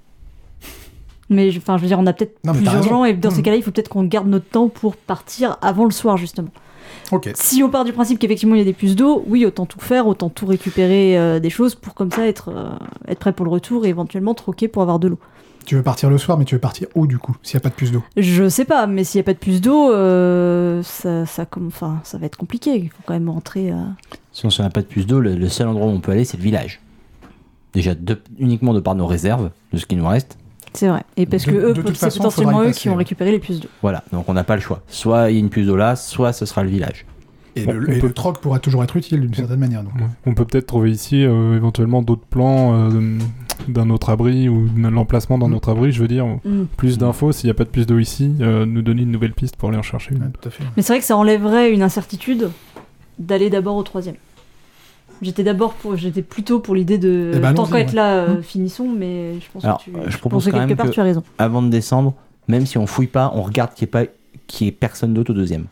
Mais je- enfin, je veux dire, on a peut-être Non, mais plus t'as raison. urgent et dans ces Mhm. cas-là, il faut peut-être qu'on garde notre temps pour partir avant le soir, justement. Ok. Si on part du principe qu'effectivement il y a des puces d'eau, oui, autant tout faire, autant tout récupérer euh, des choses pour comme ça être, euh, être prêt pour le retour et éventuellement troquer pour avoir de l'eau. Tu veux partir le soir, mais tu veux partir où, du coup, s'il n'y a pas de puce d'eau? Je sais pas, mais s'il n'y a pas de puce d'eau, euh, ça, ça, comme, enfin, ça va être compliqué. Il faut quand même rentrer. euh, Si on n'a pas de puce d'eau, le, le seul endroit où on peut aller, c'est le village. Déjà, de- uniquement de par nos réserves, de ce qui nous reste. C'est vrai. Et parce De- que eux, de toute c'est façon, potentiellement faudra y eux passer, qui ont ouais. récupéré les puces d'eau. Voilà, donc on n'a pas le choix. Soit il y a une puce d'eau là, soit ce sera le village. Et, Bon, le, on et peut- le troc pourra toujours être utile, d'une certaine manière. Donc. Ouais. On peut peut-être trouver ici euh, éventuellement d'autres plans euh, d'un autre abri ou de l'emplacement d'un Mm. autre abri, je veux dire. Mm. Plus d'infos, s'il n'y a pas de puce d'eau ici, euh, nous donner une nouvelle piste pour aller en chercher une. Ouais, tout à fait. Mais c'est vrai que ça enlèverait une incertitude d'aller d'abord au troisième. J'étais d'abord pour, j'étais plutôt pour l'idée de Eh ben, tant allons-y, qu'à être ouais. là, euh, Mm. finissons. Mais je pense Alors, que tu, euh, je je propose pense que quand quelque même part que- tu as raison. Avant de descendre, même si on fouille pas, on regarde qu'il n'y ait, pas- qu'il y ait personne d'autre au deuxième.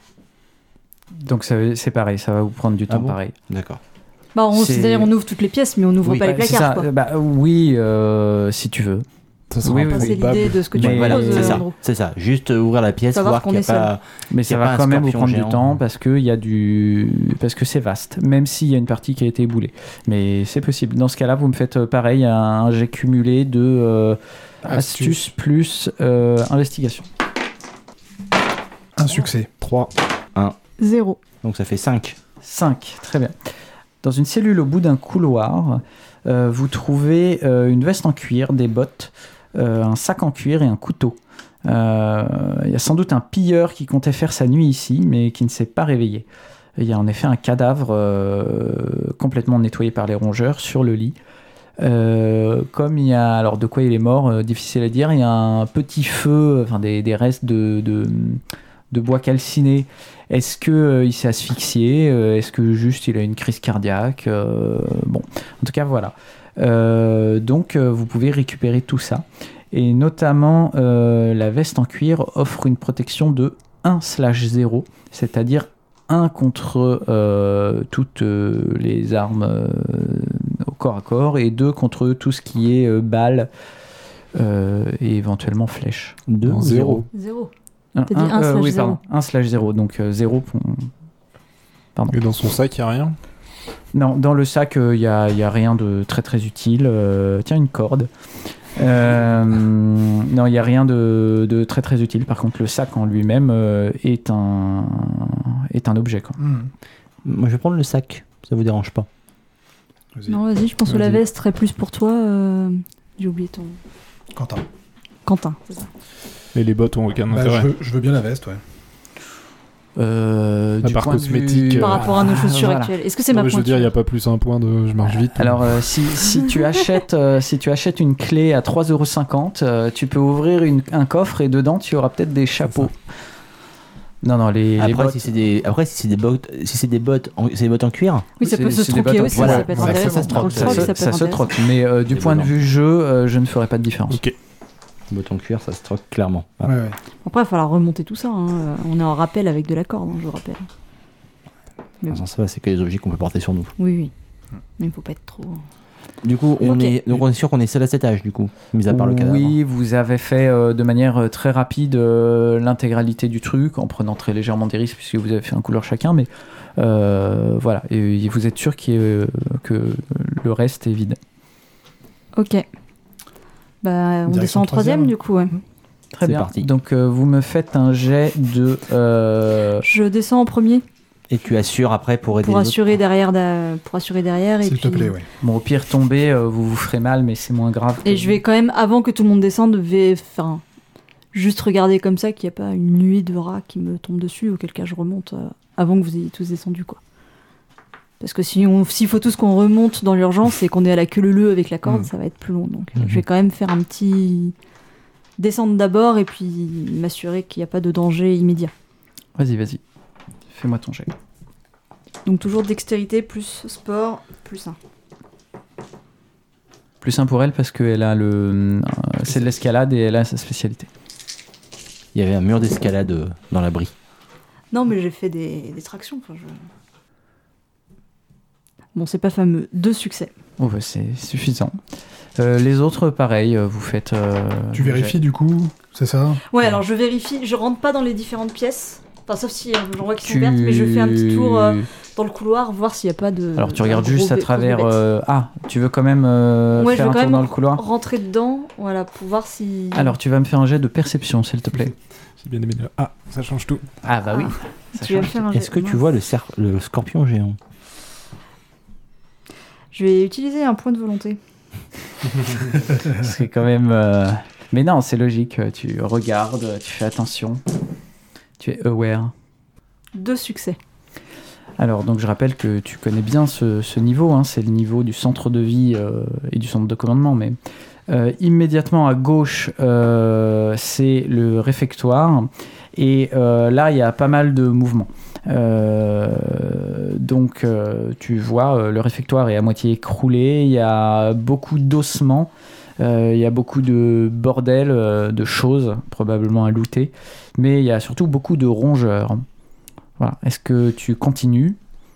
Donc ça va- c'est pareil, ça va vous prendre du Ah temps bon pareil. D'accord. Bah, on, C'est- c'est-à-dire on ouvre toutes les pièces, mais on n'ouvre Oui, pas les Bah, c'est placards. ça, Quoi. bah, oui, euh, si tu veux. Ça sera Oui, un oui, Enfin, peu c'est probable. l'idée de ce que tu Mais Voilà, proposes, c'est euh, ça. Andrew. C'est ça. Juste euh, ouvrir la pièce, Savoir voir qu'on qu'il n'y est a pas. Mais Qu'il y ça a pas va un quand même vous scorpion prendre géant. du temps parce qu'il y a du parce que c'est vaste, même s'il y a une partie qui a été éboulée. Mais c'est possible. Dans ce cas-là, vous me faites euh, pareil un, un jet cumulé de euh, astuce. Astuce. plus euh, investigation. Un succès. trois. Zéro. Donc ça fait cinq. cinq, très bien. Dans une cellule au bout d'un couloir, euh, vous trouvez euh, une veste en cuir, des bottes, euh, un sac en cuir et un couteau. Euh, Il y a sans doute un pilleur qui comptait faire sa nuit ici, mais qui ne s'est pas réveillé. Il y a en effet un cadavre euh, complètement nettoyé par les rongeurs sur le lit. Euh, comme il y a, alors de quoi il est mort, euh, difficile à dire, il y a un petit feu, enfin des, des restes de, de, de bois calciné. Est-ce que euh, il s'est asphyxié? Euh, Est-ce que juste il a une crise cardiaque? Euh, Bon, en tout cas voilà. Euh, donc euh, vous pouvez récupérer tout ça. Et notamment euh, la veste en cuir offre une protection de un slash zéro, c'est-à-dire un contre euh, toutes euh, les armes euh, au corps à corps et deux contre tout ce qui est euh, balles euh, et éventuellement flèches. deux Non, zéro. Zéro. Un, T'as dit un euh, slash oui, zéro. pardon, un slash zéro, donc euh, zéro. Pour... Pardon. Et dans son sac, il n'y a rien. Non, dans le sac, il n'y a, y a rien de très très utile. Euh, tiens, une corde. Euh, non, il n'y a rien de, de très très utile. Par contre, le sac en lui-même euh, est, un, est un objet. Quoi. Hmm. Moi, je vais prendre le sac, ça vous dérange pas. Vas-y. Non, vas-y, je pense que la Vas-y. veste serait plus pour toi. euh, J'ai oublié ton. Quentin. Quentin, c'est ça. Et les bottes ont aucun Bah, intérêt. je, veux, je veux bien la veste, ouais. Euh, À du part point de cosmétique, vue- euh, Par rapport à nos chaussures voilà. actuelles. Est-ce que c'est Non, ma mais je veux dire, il n'y a pointure pas plus un point de je marche vite. Alors, euh, si, si, tu achètes, euh, si tu achètes une clé à trois euros cinquante, euh, tu peux ouvrir une- un coffre et dedans, tu auras peut-être des chapeaux. Non, non, les, les Après, bottes. si c'est des, après, si c'est des bottes, si c'est des bottes, en... c'est des bottes en cuir. Oui, ça c'est- peut se c'est des troquer bottes en- aussi, voilà, ça peut être ouais, intéressant. ça se Pour le troque, Ça, troc, se- ça peut ça être se intéressant. troque, mais euh, du Les point de volants. vue jeu, euh, je ne ferai pas de différence. Ok. Bottes en cuir, ça se troque clairement. Ouais, ouais. Après, il va falloir remonter tout ça. hein. Euh, On est en rappel avec de la corde, hein, je vous rappelle. Mais Sans ça, c'est que les objets qu'on peut porter sur nous. Oui, oui. Mais il faut pas être trop. Du coup, on Ok. est, donc on est sûr qu'on est seul à cet âge, du coup, mis à part le cadavre. Oui, vous avez fait euh, de manière euh, très rapide euh, l'intégralité du truc, en prenant très légèrement des risques, puisque vous avez fait un couleur chacun, mais euh, voilà, et, et vous êtes sûr qu'il y ait, euh, que le reste est vide. Ok. Bah, on Direction descend en troisième, troisième. du coup, ouais. Très C'est bien. parti. Donc euh, vous me faites un jet de... euh, Je descends en premier Et tu assures après pour aider pour les autres. assurer derrière, da- pour assurer derrière. Et S'il te puis... plaît, ouais. Bon, au pire, tomber, euh, vous vous ferez mal, mais c'est moins grave. Et que- je vais quand même, avant que tout le monde descende, vais enfin, juste regarder comme ça qu'il n'y a pas une nuée de rats qui me tombe dessus, auquel cas je remonte euh, avant que vous ayez tous descendu, quoi. Parce que si on, s'il faut tous qu'on remonte dans l'urgence et qu'on est à la queue leu leu avec la corde, Mm. ça va être plus long. Donc Mhm. je vais quand même faire un petit descendre d'abord et puis m'assurer qu'il n'y a pas de danger immédiat. Vas-y, vas-y. Fais-moi ton jet. Donc toujours dextérité plus sport plus un. Plus un pour elle parce qu'elle a le... euh, c'est de l'escalade et elle a sa spécialité. Il y avait un mur d'escalade euh, dans l'abri. Non, mais j'ai fait des, des tractions. Enfin, je... Bon, c'est pas fameux. Deux succès. Oh, bah, c'est suffisant. Euh, les autres, pareil, euh, vous faites... euh, Tu le vérifies jet. du coup, c'est ça? Ouais, alors je vérifie. Je rentre pas dans les différentes pièces. Enfin, sauf si euh, j'en vois qui sont Tu- ouvertes, mais je fais un petit tour euh, dans le couloir, voir s'il n'y a pas de. Alors tu un regardes gros juste à bé- travers... grosse bébête. euh, Ah, tu veux quand même euh, Ouais, je faire veux un quand tour même dans le couloir? Rentrer dedans, voilà, pour voir si. Alors tu vas me faire un jet de perception, s'il te plaît. J'ai bien aimé le... Ah, ça change tout. Ah bah oui. Ah, Ça tu vas me change. faire un jet. Est-ce que tu Mince. vois le, cer- le scorpion géant? Je vais utiliser un point de volonté. C'est quand même... euh, Mais non, c'est logique. Tu regardes, tu fais attention. Tu es aware. Deux succès. Alors, donc je rappelle que tu connais bien ce, ce niveau, hein, c'est le niveau du centre de vie euh, et du centre de commandement, mais euh, immédiatement à gauche, euh, c'est le réfectoire, et euh, là, il y a pas mal de mouvements. Euh, donc, euh, tu vois, euh, le réfectoire est à moitié écroulé, il y a beaucoup d'ossements, euh, il y a beaucoup de bordel, euh, de choses, probablement à looter, mais il y a surtout beaucoup de rongeurs. Voilà. Est-ce que tu continues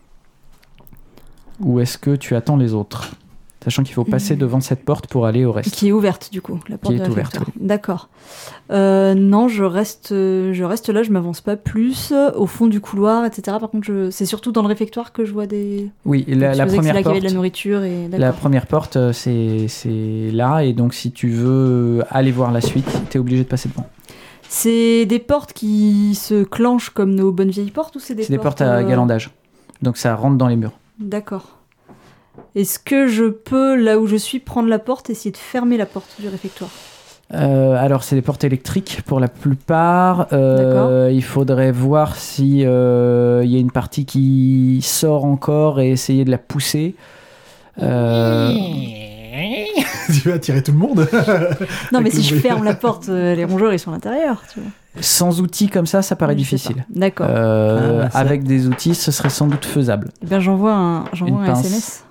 ou est-ce que tu attends les autres? Sachant qu'il faut passer Mhm. devant cette porte pour aller au reste. Qui est ouverte, du coup. La porte Qui de est ouverte, réfectoire. D'accord. Euh, non, je reste, euh, je reste là, je m'avance pas plus. Au fond du couloir, et cetera. Par contre, je... c'est surtout dans le réfectoire que je vois des. Oui, la, Je la supposais que c'est première là qu'il y avait porte. de la nourriture et. La D'accord. première porte, euh, c'est c'est là, et donc si tu veux aller voir la suite, t'es obligé de passer devant. C'est des portes qui se clenchent comme nos bonnes vieilles portes ou c'est des C'est des portes portes à euh, galandage, donc ça rentre dans les murs. D'accord. Est-ce que je peux, là où je suis, prendre la porte et essayer de fermer la porte du réfectoire? Euh, alors c'est des portes électriques pour la plupart. Euh, il faudrait voir si euh, il y a une partie qui sort encore et essayer de la pousser. Euh, Tu vas attirer tout le monde? Non, mais Avec si le je bruit. ferme la porte, euh, les rongeurs ils sont à l'intérieur. Tu vois. Sans outils comme ça, ça paraît Je sais difficile. pas. D'accord. Euh, Ah, ça- avec des outils, ce serait sans doute faisable. Eh bien, j'envoie un, j'envoie Une un pince. S M S.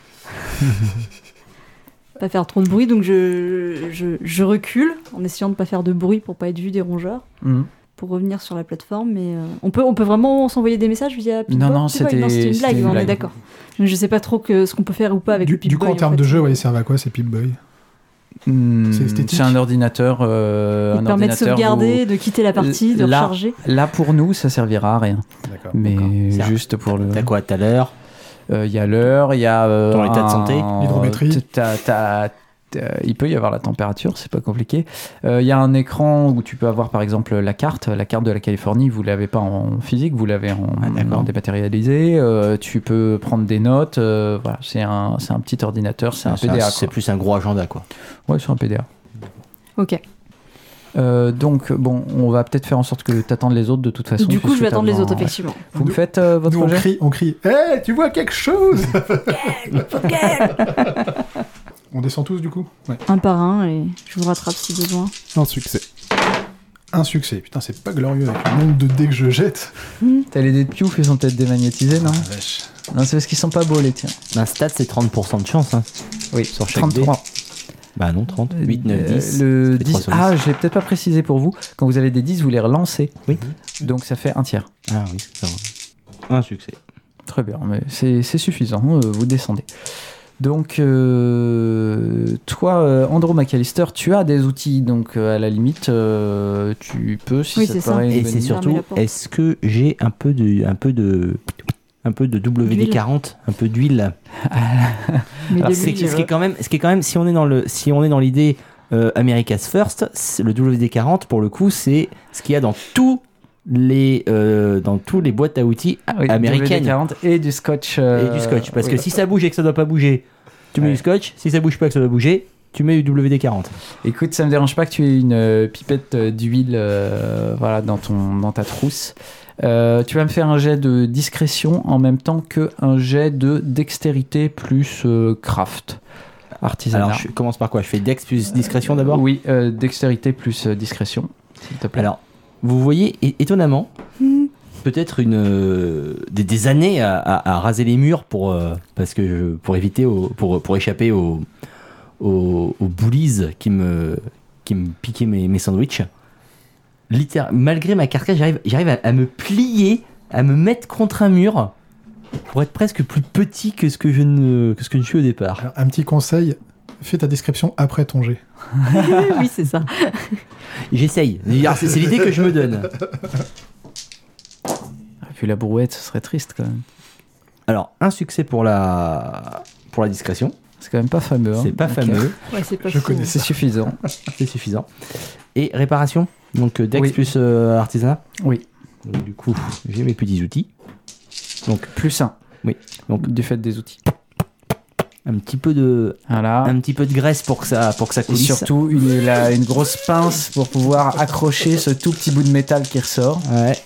Pas faire trop de bruit, donc je, je, je recule en essayant de pas faire de bruit pour pas être vu des rongeurs, Mhm. pour revenir sur la plateforme. Mais euh, on peut, on peut vraiment s'envoyer des messages via Pip-Boy Non, non, Pip-Boy c'était- Non, c'était une c'était blague, une on blague. est d'accord. Donc, je sais pas trop que, ce qu'on peut faire ou pas avec Du, le du Pip-Boy. coup, en termes fait. de jeu, ouais, ils servent à quoi ces Pip-Boy? Hmm, C'est esthétique. c'est un ordinateur. Euh, Il un permet de ordinateur sauvegarder, de quitter la partie, de Là- recharger. où- Là, pour nous, ça servira à rien. D'accord. Mais C'est un- juste pour le. T'as quoi tout à l'heure? Il y a l'heure, il y a. euh, Ton état de un- santé. L'hydrométrie. t'as- t'as- t'as- Il peut y avoir la température, c'est pas compliqué. Euh, Il y a un écran où tu peux avoir par exemple la carte. La carte de la Californie, vous l'avez pas en physique, vous l'avez en, Ah, d'accord. en dématérialisé. Euh, tu peux prendre des notes. euh, voilà, c'est un, c'est un petit ordinateur, c'est un Ah, C'est P D A. c'est quoi. plus un gros agenda, quoi. Ouais, c'est un P D A. Ok. Euh, donc, bon, on va peut-être faire en sorte que tu attendes les autres de toute façon. Du coup, puisque je vais attendre les t'as- autres, ouais. effectivement. Vous me Nous- faites euh, votre Nous, on jet crie, on crie. Hé, tu vois quelque chose? On descend tous du coup? Ouais. Un par un, et je vous rattrape si besoin. Un succès. Un succès. Putain, c'est pas glorieux avec le nombre de dés que je jette. T'as les dés de piouf, ils sont peut-être démagnétisés, non Ah, vache. Non, c'est parce qu'ils sont pas beaux, les tiens. Un stat, c'est trente pour cent de chance. Hein. Oui, Sur chaque dé. trente-trois. Bah non, trente. huit, neuf, Euh, dix. Le Ça fait dix. trois sur dix. Ah, je l'ai peut-être pas précisé pour vous. Quand vous avez des dix, vous les relancez. Oui. Donc ça fait un tiers. Ah oui, ça va. Un succès. Très bien, mais c'est c'est suffisant, euh, vous descendez. Donc, euh, toi, euh, Andrew McAllister, tu as des outils, donc euh, à la limite, euh, tu peux, si Oui, ça c'est te ça. paraît une Et bonne c'est idée. Fermez surtout, la porte. est-ce que j'ai un peu de, un peu de, un peu de W D quarante, un peu d'huile. Mais Alors, de C'est l'huile, ce qui est quand même, ce qui est quand même, si on est dans le, si on est dans l'idée euh, America's First, c'est- le W D quarante pour le coup, c'est ce qu'il y a dans tous les, euh, dans tous les boîtes à outils Ah oui, américaines. W D quarante et du scotch. euh, Et du scotch. Parce oui. que si ça bouge et que ça doit pas bouger, tu mets Ouais. du scotch. Si ça bouge pas et que ça doit bouger, tu mets du W D quarante. Écoute, ça me dérange pas que tu aies une euh, pipette euh, d'huile euh, voilà, dans, ton, dans ta trousse. Euh, tu vas me faire un jet de discrétion en même temps qu'un jet de dextérité plus euh, craft. Artisanat. Alors, je commence par quoi? Je fais Dex plus discrétion d'abord. Oui, euh, dextérité plus euh, discrétion, s'il te plaît. Alors, vous voyez, é- étonnamment, Hmm. peut-être une euh, des, des années à, à- à raser les murs pour euh, parce que je- pour éviter au- pour pour échapper aux aux, aux bullies qui me qui me piquaient mes, mes sandwichs. Littér- malgré ma carcasse, j'arrive j'arrive à, à me plier, à me mettre contre un mur pour être presque plus petit que ce que je ne que ce que je suis au départ. Alors, un petit conseil, fais ta description après ton jet. oui, c'est ça. J'essaye. C'est c'est l'idée que je me donne. Ah, puis la brouette, ce serait triste quand même. Alors, un succès pour la pour la discrétion. C'est quand même pas fameux. hein. C'est pas Ok. fameux. Ouais, c'est pas Je fou. connais C'est suffisant. C'est suffisant. Et réparation, donc euh, Dex Oui. plus euh, artisanat. Oui. Donc, du coup, j'ai mes petits outils. Donc, Plus un. Oui. Donc, du fait des outils. un petit peu de, Voilà. un petit peu de graisse pour que ça, pour que ça Et coulisse. surtout une, la- une grosse pince pour pouvoir accrocher ce tout petit bout de métal qui ressort. Ouais.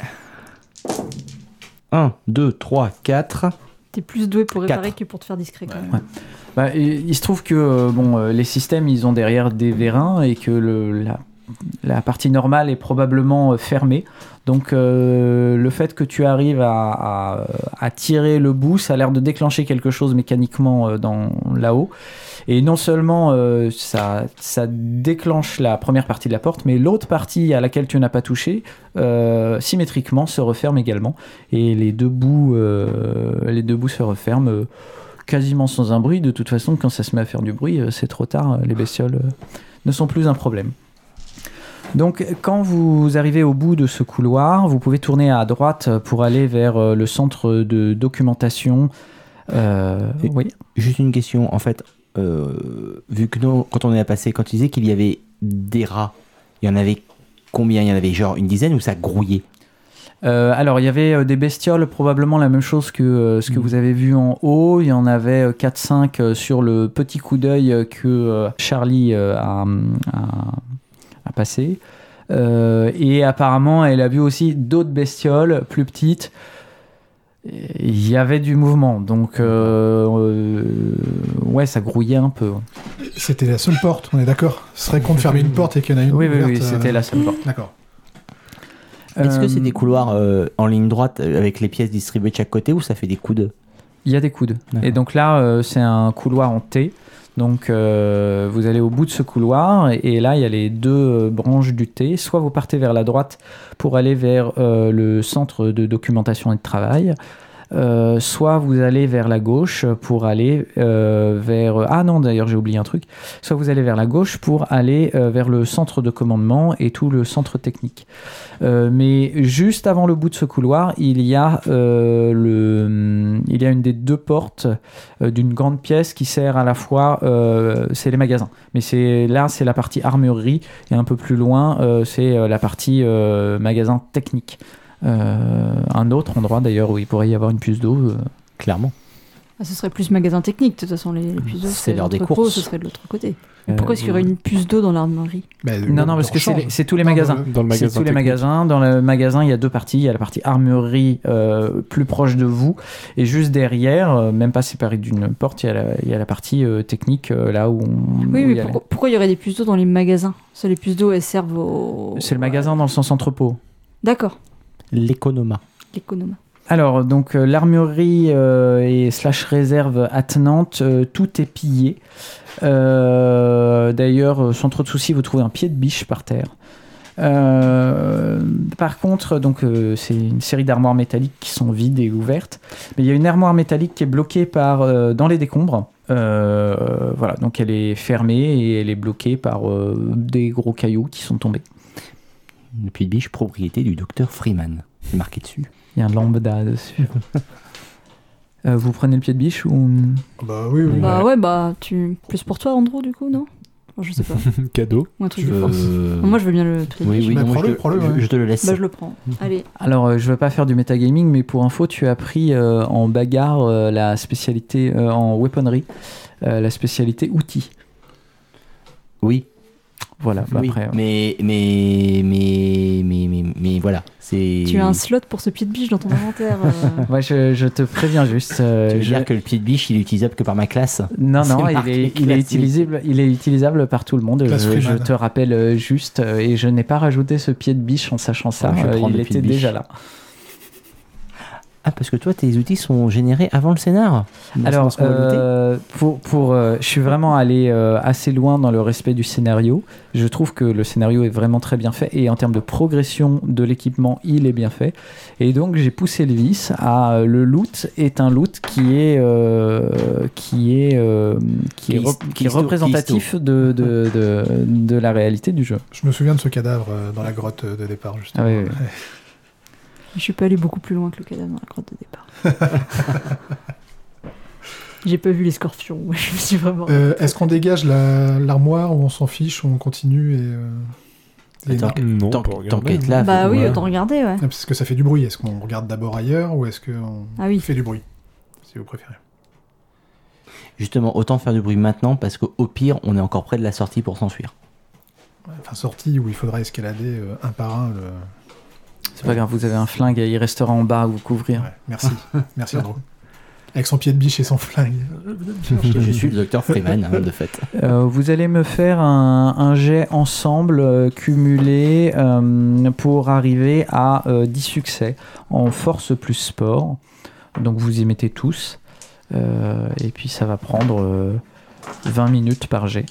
un, deux, trois, quatre. T'es plus doué pour réparer Quatre. que pour te faire discret quand même. Ouais. Bah, et il se trouve que euh, bon, euh, les systèmes, ils ont derrière des vérins et que le, la, la partie normale est probablement euh, fermée. Donc euh, le fait que tu arrives à, à, à tirer le bout, ça a l'air de déclencher quelque chose mécaniquement euh, dans, là-haut. Et non seulement euh, ça, ça déclenche la première partie de la porte, mais l'autre partie à laquelle tu n'as pas touché, euh, symétriquement, se referme également. Et les deux bouts, euh, les deux bouts se referment euh, quasiment sans un bruit. De toute façon, quand ça se met à faire du bruit, euh, c'est trop tard. Les bestioles euh, ne sont plus un problème. Donc, quand vous arrivez au bout de ce couloir, vous pouvez tourner à droite pour aller vers euh, le centre de documentation. Euh, Et- oui. Juste une question, en fait, euh, vu que nous, quand on est à passer, quand tu disais qu'il y avait des rats, il y en avait combien? Il y en avait genre une dizaine ou ça grouillait? Euh, alors, il y avait euh, des bestioles, probablement la même chose que euh, ce que Mhm. vous avez vu en haut. Il y en avait euh, quatre cinq euh, sur le petit coup d'œil euh, que euh, Charlie euh, a, a, a passé. Euh, et apparemment, elle a vu aussi d'autres bestioles plus petites. Et il y avait du mouvement, donc euh, euh, ouais, ça grouillait un peu. C'était la seule porte, on est d'accord? Ce serait con de fermer une porte et qu'il y en a une Oui, oui, ouverte, oui, euh, c'était la seule porte. D'accord. Est-ce que Euh, c'est des couloirs euh, en ligne droite euh, avec les pièces distribuées de chaque côté ou ça fait des coudes? Il y a des coudes. D'accord. Et donc là, euh, c'est un couloir en T. Donc euh, vous allez au bout de ce couloir et, et là, il y a les deux euh, branches du T. Soit vous partez vers la droite pour aller vers euh, le centre de documentation et de travail. Euh, soit vous allez vers la gauche pour aller euh, vers... Ah non, d'ailleurs, j'ai oublié un truc. Soit vous allez vers la gauche pour aller euh, vers le centre de commandement et tout le centre technique. Euh, mais juste avant le bout de ce couloir, il y a, euh, le, il y a une des deux portes euh, d'une grande pièce qui sert à la fois... Euh, c'est les magasins. Mais c'est, là, c'est la partie armurerie. Et un peu plus loin, euh, c'est euh, la partie euh, magasin technique. Euh, un autre endroit d'ailleurs où il pourrait y avoir une puce d'eau. Euh. Clairement. Ah, ce serait plus magasin technique, de toute façon, les, les puces d'eau. C'est serait l'heure des l'entrepôt, courses. Ce serait de l'autre côté. Euh, Pourquoi est-ce qu'il y aurait une puce d'eau dans l'armurerie? Bah, Non, non, parce que c'est, les- c'est tous les Non, magasins. le- Dans le C'est magasin. tous les technique. magasins. Dans le magasin, il y a deux parties. Il y a la partie armurerie euh, plus proche de vous. Et juste derrière, euh, même pas séparé d'une porte, il y a la, il y a la partie euh, technique euh, là où on. Oui, où mais il y a pourquoi, pourquoi il y aurait des puces d'eau dans les magasins? Ça, les puces d'eau, elles servent au... les- C'est le magasin dans le sens entrepôt. D'accord, L'économa. l'économe. Alors, donc, euh, l'armurerie euh, et slash réserve attenante, euh, tout est pillé. Euh, d'ailleurs, euh, sans trop de soucis, vous trouvez un pied de biche par terre. Euh, par contre, donc, euh, c'est une série d'armoires métalliques qui sont vides et ouvertes. Mais il y a une armoire métallique qui est bloquée par, euh, dans les décombres. Euh, voilà, donc elle est fermée et elle est bloquée par euh, des gros cailloux qui sont tombés. Le pied de biche, propriété du docteur Freeman. C'est marqué dessus. Il y a un lambda dessus. Euh, vous prenez le pied de biche ou... Bah oui, oui. Bah ouais, bah, tu... plus pour toi, Andrew, du coup, non? Enfin, je sais pas. Cadeau. Ou un truc Tu de veux- force. Euh, Moi, je veux bien le truc. Oui, oui, Bah, non, moi, prends-le, je, te- prends-le, je- ouais. je te le laisse. Bah, je le prends. Allez. Alors, euh, je veux pas faire du metagaming, mais pour info, tu as pris euh, en bagarre euh, la spécialité, euh, en weaponry, euh, la spécialité outils. Oui, Voilà, bah oui. après... euh, Mais, mais, mais, mais, mais, mais voilà. C'est... Tu as un slot pour ce pied de biche dans ton inventaire. euh. ouais, je, je te préviens juste. euh, Tu veux je- dire que le pied de biche, il est utilisable que par ma classe? Non, non, C'est il marqué est, il, est classique. utilisable, il est utilisable par tout le monde. Classe Je, je Freeman. te rappelle euh, juste, euh, et je n'ai pas rajouté ce pied de biche en sachant ça, Ouais, je vais euh, prendre il le pied de était biche. déjà là. Ah, parce que toi, tes outils sont générés avant le scénar. Dans- dans Alors, ce qu'on va noter. euh, pour, pour, euh, je suis vraiment allé euh, assez loin dans le respect du scénario. Je trouve que le scénario est vraiment très bien fait et en termes de progression de l'équipement, il est bien fait. Et donc, j'ai poussé le vice à euh, le loot est un loot qui est euh, qui est euh, qui est, Qui est rep- histo- qui est qui est représentatif de, de, de, de la réalité du jeu. Je me souviens de ce cadavre euh, dans la grotte euh, de départ, justement. Ah oui, oui. Je suis pas allé beaucoup plus loin que le cadavre dans la grotte de départ. J'ai pas vu les scorpions. Je me suis vraiment. Euh, Est-ce qu'on dégage la- l'armoire ou on s'en fiche, on continue et... euh, et Attends. non. Non, Tant, pas tant regarder. qu'être là. Bah faut- oui, voilà. autant regarder, ouais. Ah, parce que ça fait du bruit. Est-ce qu'on regarde d'abord ailleurs ou est-ce qu'on Ah oui. fait du bruit, si vous préférez? Justement, autant faire du bruit maintenant parce qu'au pire, on est encore près de la sortie pour s'enfuir. Enfin, sortie où il faudra escalader euh, un par un le... C'est pas grave, vous avez un flingue et il restera en bas à vous couvrir. Ouais, merci. Merci, Andrew. Avec son pied de biche et son flingue. Je suis le docteur Freeman, hein, de fait. Euh, vous allez me faire un, un jet ensemble euh, cumulé euh, pour arriver à euh, dix succès en force plus sport. Donc vous y mettez tous. Euh, et puis ça va prendre euh, vingt minutes par jet,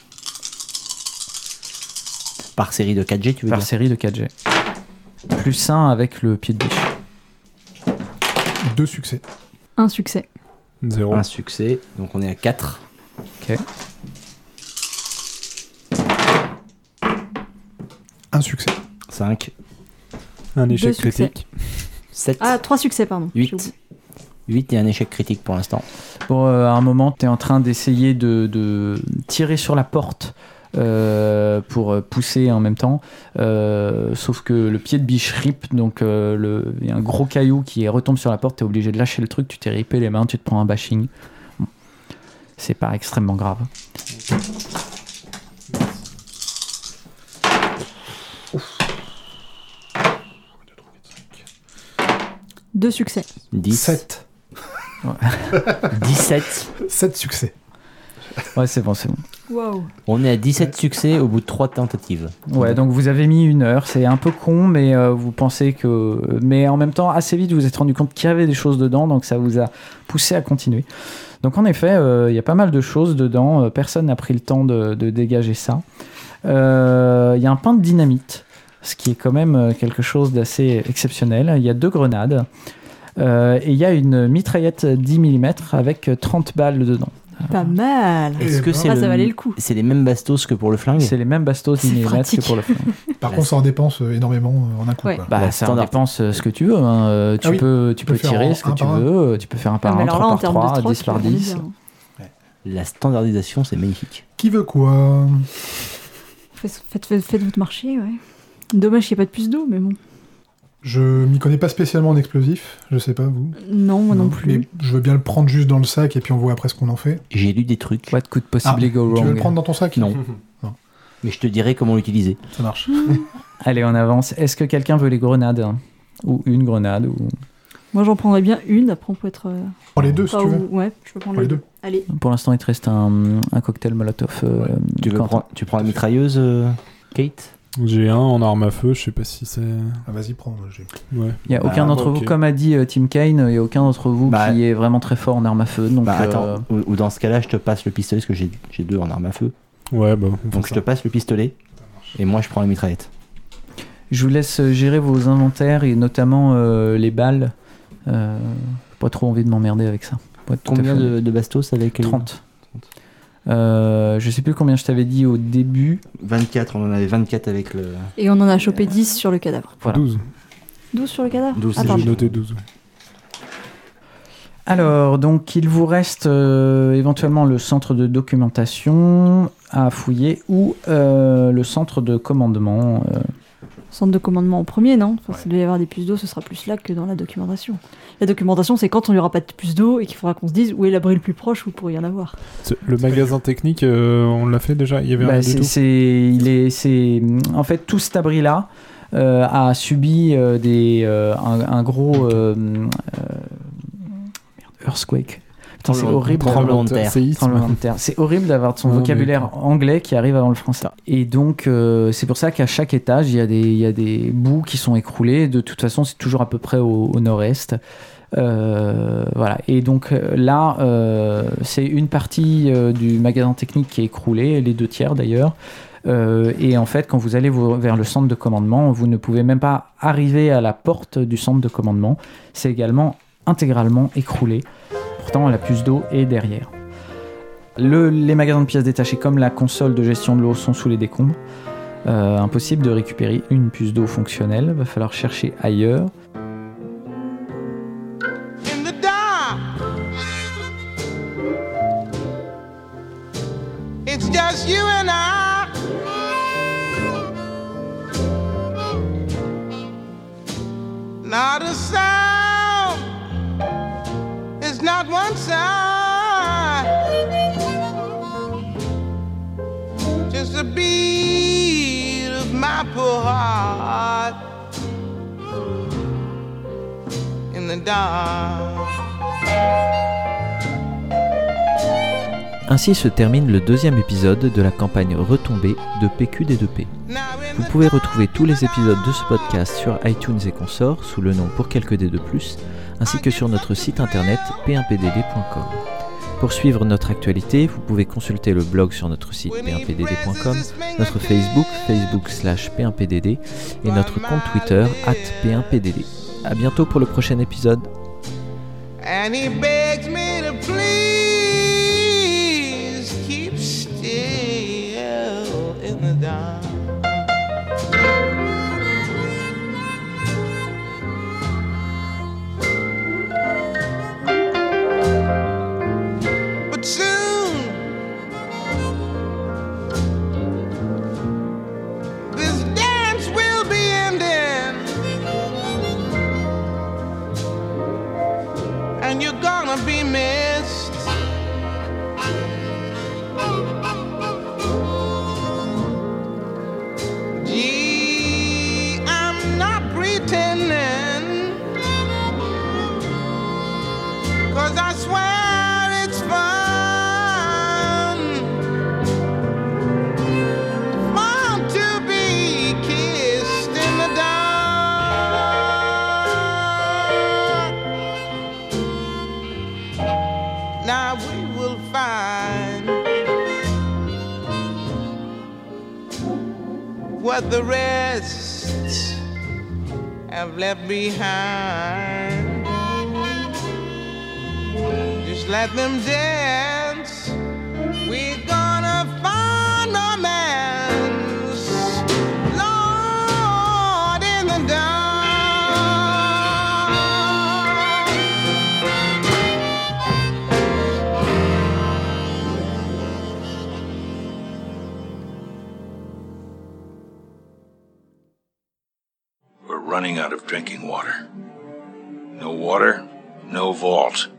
Par série de quatre G, tu veux par dire? série de quatre jets. Plus un avec le pied de biche. Deux succès. Un succès. Zéro. Un succès, donc on est à quatre. Un succès. cinq, Un échec succès. critique. sept, Ah, trois succès, pardon. J'ai huit. oublié. huit et un échec critique pour l'instant. Bon, euh, à un moment, tu es en train d'essayer de, de tirer sur la porte euh, pour euh, pousser en même temps. Euh, sauf que le pied de biche rip, donc euh, le- il y a un gros caillou qui retombe sur la porte, tu es obligé de lâcher le truc, tu t'es ripé les mains, tu te prends un bashing. Bon. C'est pas extrêmement grave. Deux succès. dix, Sept. dix-sept. Sept succès. Ouais, c'est bon, c'est bon. Waouh. On est à dix-sept succès au bout de trois tentatives. Ouais, donc vous avez mis une heure, c'est un peu con, mais euh, vous pensez que... Mais en même temps, assez vite, vous vous êtes rendu compte qu'il y avait des choses dedans, donc ça vous a poussé à continuer. Donc en effet, euh, il y a pas mal de choses dedans, euh, personne n'a pris le temps de, de dégager ça. Euh, Il y a un pain de dynamite, ce qui est quand même quelque chose d'assez exceptionnel. Il y a deux grenades, euh, et il y a une mitraillette dix millimètres avec trente balles dedans. Pas mal. Est-ce que ben, c'est Ah, le- ça valait le coup. c'est les mêmes bastos que pour le flingue? C'est les mêmes bastos dix C'est millimètres que pratique. pour le flingue. Par La- contre, ça en dépense euh, énormément euh, en un coup. Ouais. quoi. Bah, La ça en standard- dépense euh, ce que tu veux. Hein. Euh, Tu Ah oui, peux, tu peux peux faire tirer en ce que un tu par un. veux. euh, Tu peux faire un par Ah, mais un, alors là, trois en par termes de trois, troc, dix par on est dix. bien. La standardisation, c'est magnifique. Qui veut quoi? Faites, faites, faites, faites votre marché, ouais. Dommage qu'il n'y ait pas de puce d'eau, mais bon. Je m'y connais pas spécialement en explosif, je sais pas vous. Non, moi non, plus. Mais je veux bien le prendre juste dans le sac et puis on voit après ce qu'on en fait. J'ai lu des trucs, What could possibly Ah, go Tu veux le wrong? prendre dans ton sac? Non. mais je te dirai comment l'utiliser. Ça marche. Allez, on avance. Est-ce que quelqu'un veut les grenades? Ou une grenade ou... Moi j'en prendrais bien une, après on peut être. euh, Prends les deux si pas tu veux. où- Ouais, je peux prendre Prends les les deux. Allez. Pour l'instant, il te reste un, un cocktail Molotov. euh, Tu, veux Quentin. prendre- tu prends la mitrailleuse, euh, Kate? J'ai un en arme à feu, je sais pas si c'est. Ah, vas-y, prends. moi, j'ai- Ouais. Il n'y a Bah, aucun d'entre ok. vous, comme a dit euh, Tim Kaine, il n'y a aucun d'entre vous Bah, qui est vraiment très fort en arme à feu. Donc, Bah euh, attends, ou, ou dans ce cas-là, je te passe le pistolet, parce que j'ai j'ai deux en arme à feu. Ouais, bah. on fait Donc je ça. te passe le pistolet, et moi je prends la mitraillette. je vous laisse gérer vos inventaires et notamment euh, les balles. Euh, pas trop envie de m'emmerder avec ça. Pour être tout à Combien fait de, de bastos avec... trente. Euh, je sais plus combien je t'avais dit au début. vingt-quatre, on en avait vingt-quatre avec le... Et on en a chopé dix sur le cadavre. Voilà. douze. douze sur le cadavre douze, Ah, c'est pardon. J'ai noté douze. ouais. Alors, donc, il vous reste euh, éventuellement le centre de documentation à fouiller ou euh, le centre de commandement. euh. Centre de commandement en premier, non enfin, s'il doit y avoir des puces d'eau, ce sera plus là que dans la documentation. La documentation, c'est quand on n'y aura pas de puces d'eau et qu'il faudra qu'on se dise où est l'abri le plus proche où pour y en avoir. C'est- Le magasin technique, euh, on l'a fait déjà. Il y avait Bah, rien du c'est, tout. c'est- il est, c'est, en fait, tout cet abri-là euh, a subi euh, des, euh, un, un gros euh, euh, merde, earthquake. Putain, c'est Tremblement- horrible. tremblement de terre. Séisme. Tremblement de terre. C'est horrible d'avoir son Non, mais- vocabulaire anglais qui arrive avant le français. Et donc, euh, c'est pour ça qu'à chaque étage, il y a des, il y a des bouts qui sont écroulés. De toute façon, c'est toujours à peu près au, au nord-est. Euh, voilà. Et donc euh, là, euh, c'est une partie euh, du magasin technique qui est écroulée, les deux tiers d'ailleurs. Euh, et en fait, quand vous allez vous- vers le centre de commandement, vous ne pouvez même pas arriver à la porte du centre de commandement. C'est également intégralement écroulé. Pourtant, la puce d'eau est derrière. Le- les magasins de pièces détachées comme la console de gestion de l'eau sont sous les décombres. Euh, impossible de récupérer une puce d'eau fonctionnelle. Va falloir chercher ailleurs. In the dark. It's just you and I. Not a sound. It's not one sound. Just a beat of my poor heart in the dark. Ainsi se termine le deuxième épisode de la campagne Retombée de P Q D deux P. Vous pouvez retrouver tous les épisodes de ce podcast sur iTunes et consorts sous le nom Pour quelques dés de plus, ainsi que sur notre site internet p un p d d point com. Pour suivre notre actualité, vous pouvez consulter le blog sur notre site p un p d d point com, notre Facebook, facebook slash p un p d d et notre compte Twitter arobase p un p d d. A bientôt pour le prochain épisode. And he begs me to please keep still in the dark. But soon this dance will be ending. And you're gonna what the rest have left behind. Just let them dance. We're gonna find romance, Lord, in the dark. We're running out of drinking water. No water, no vault.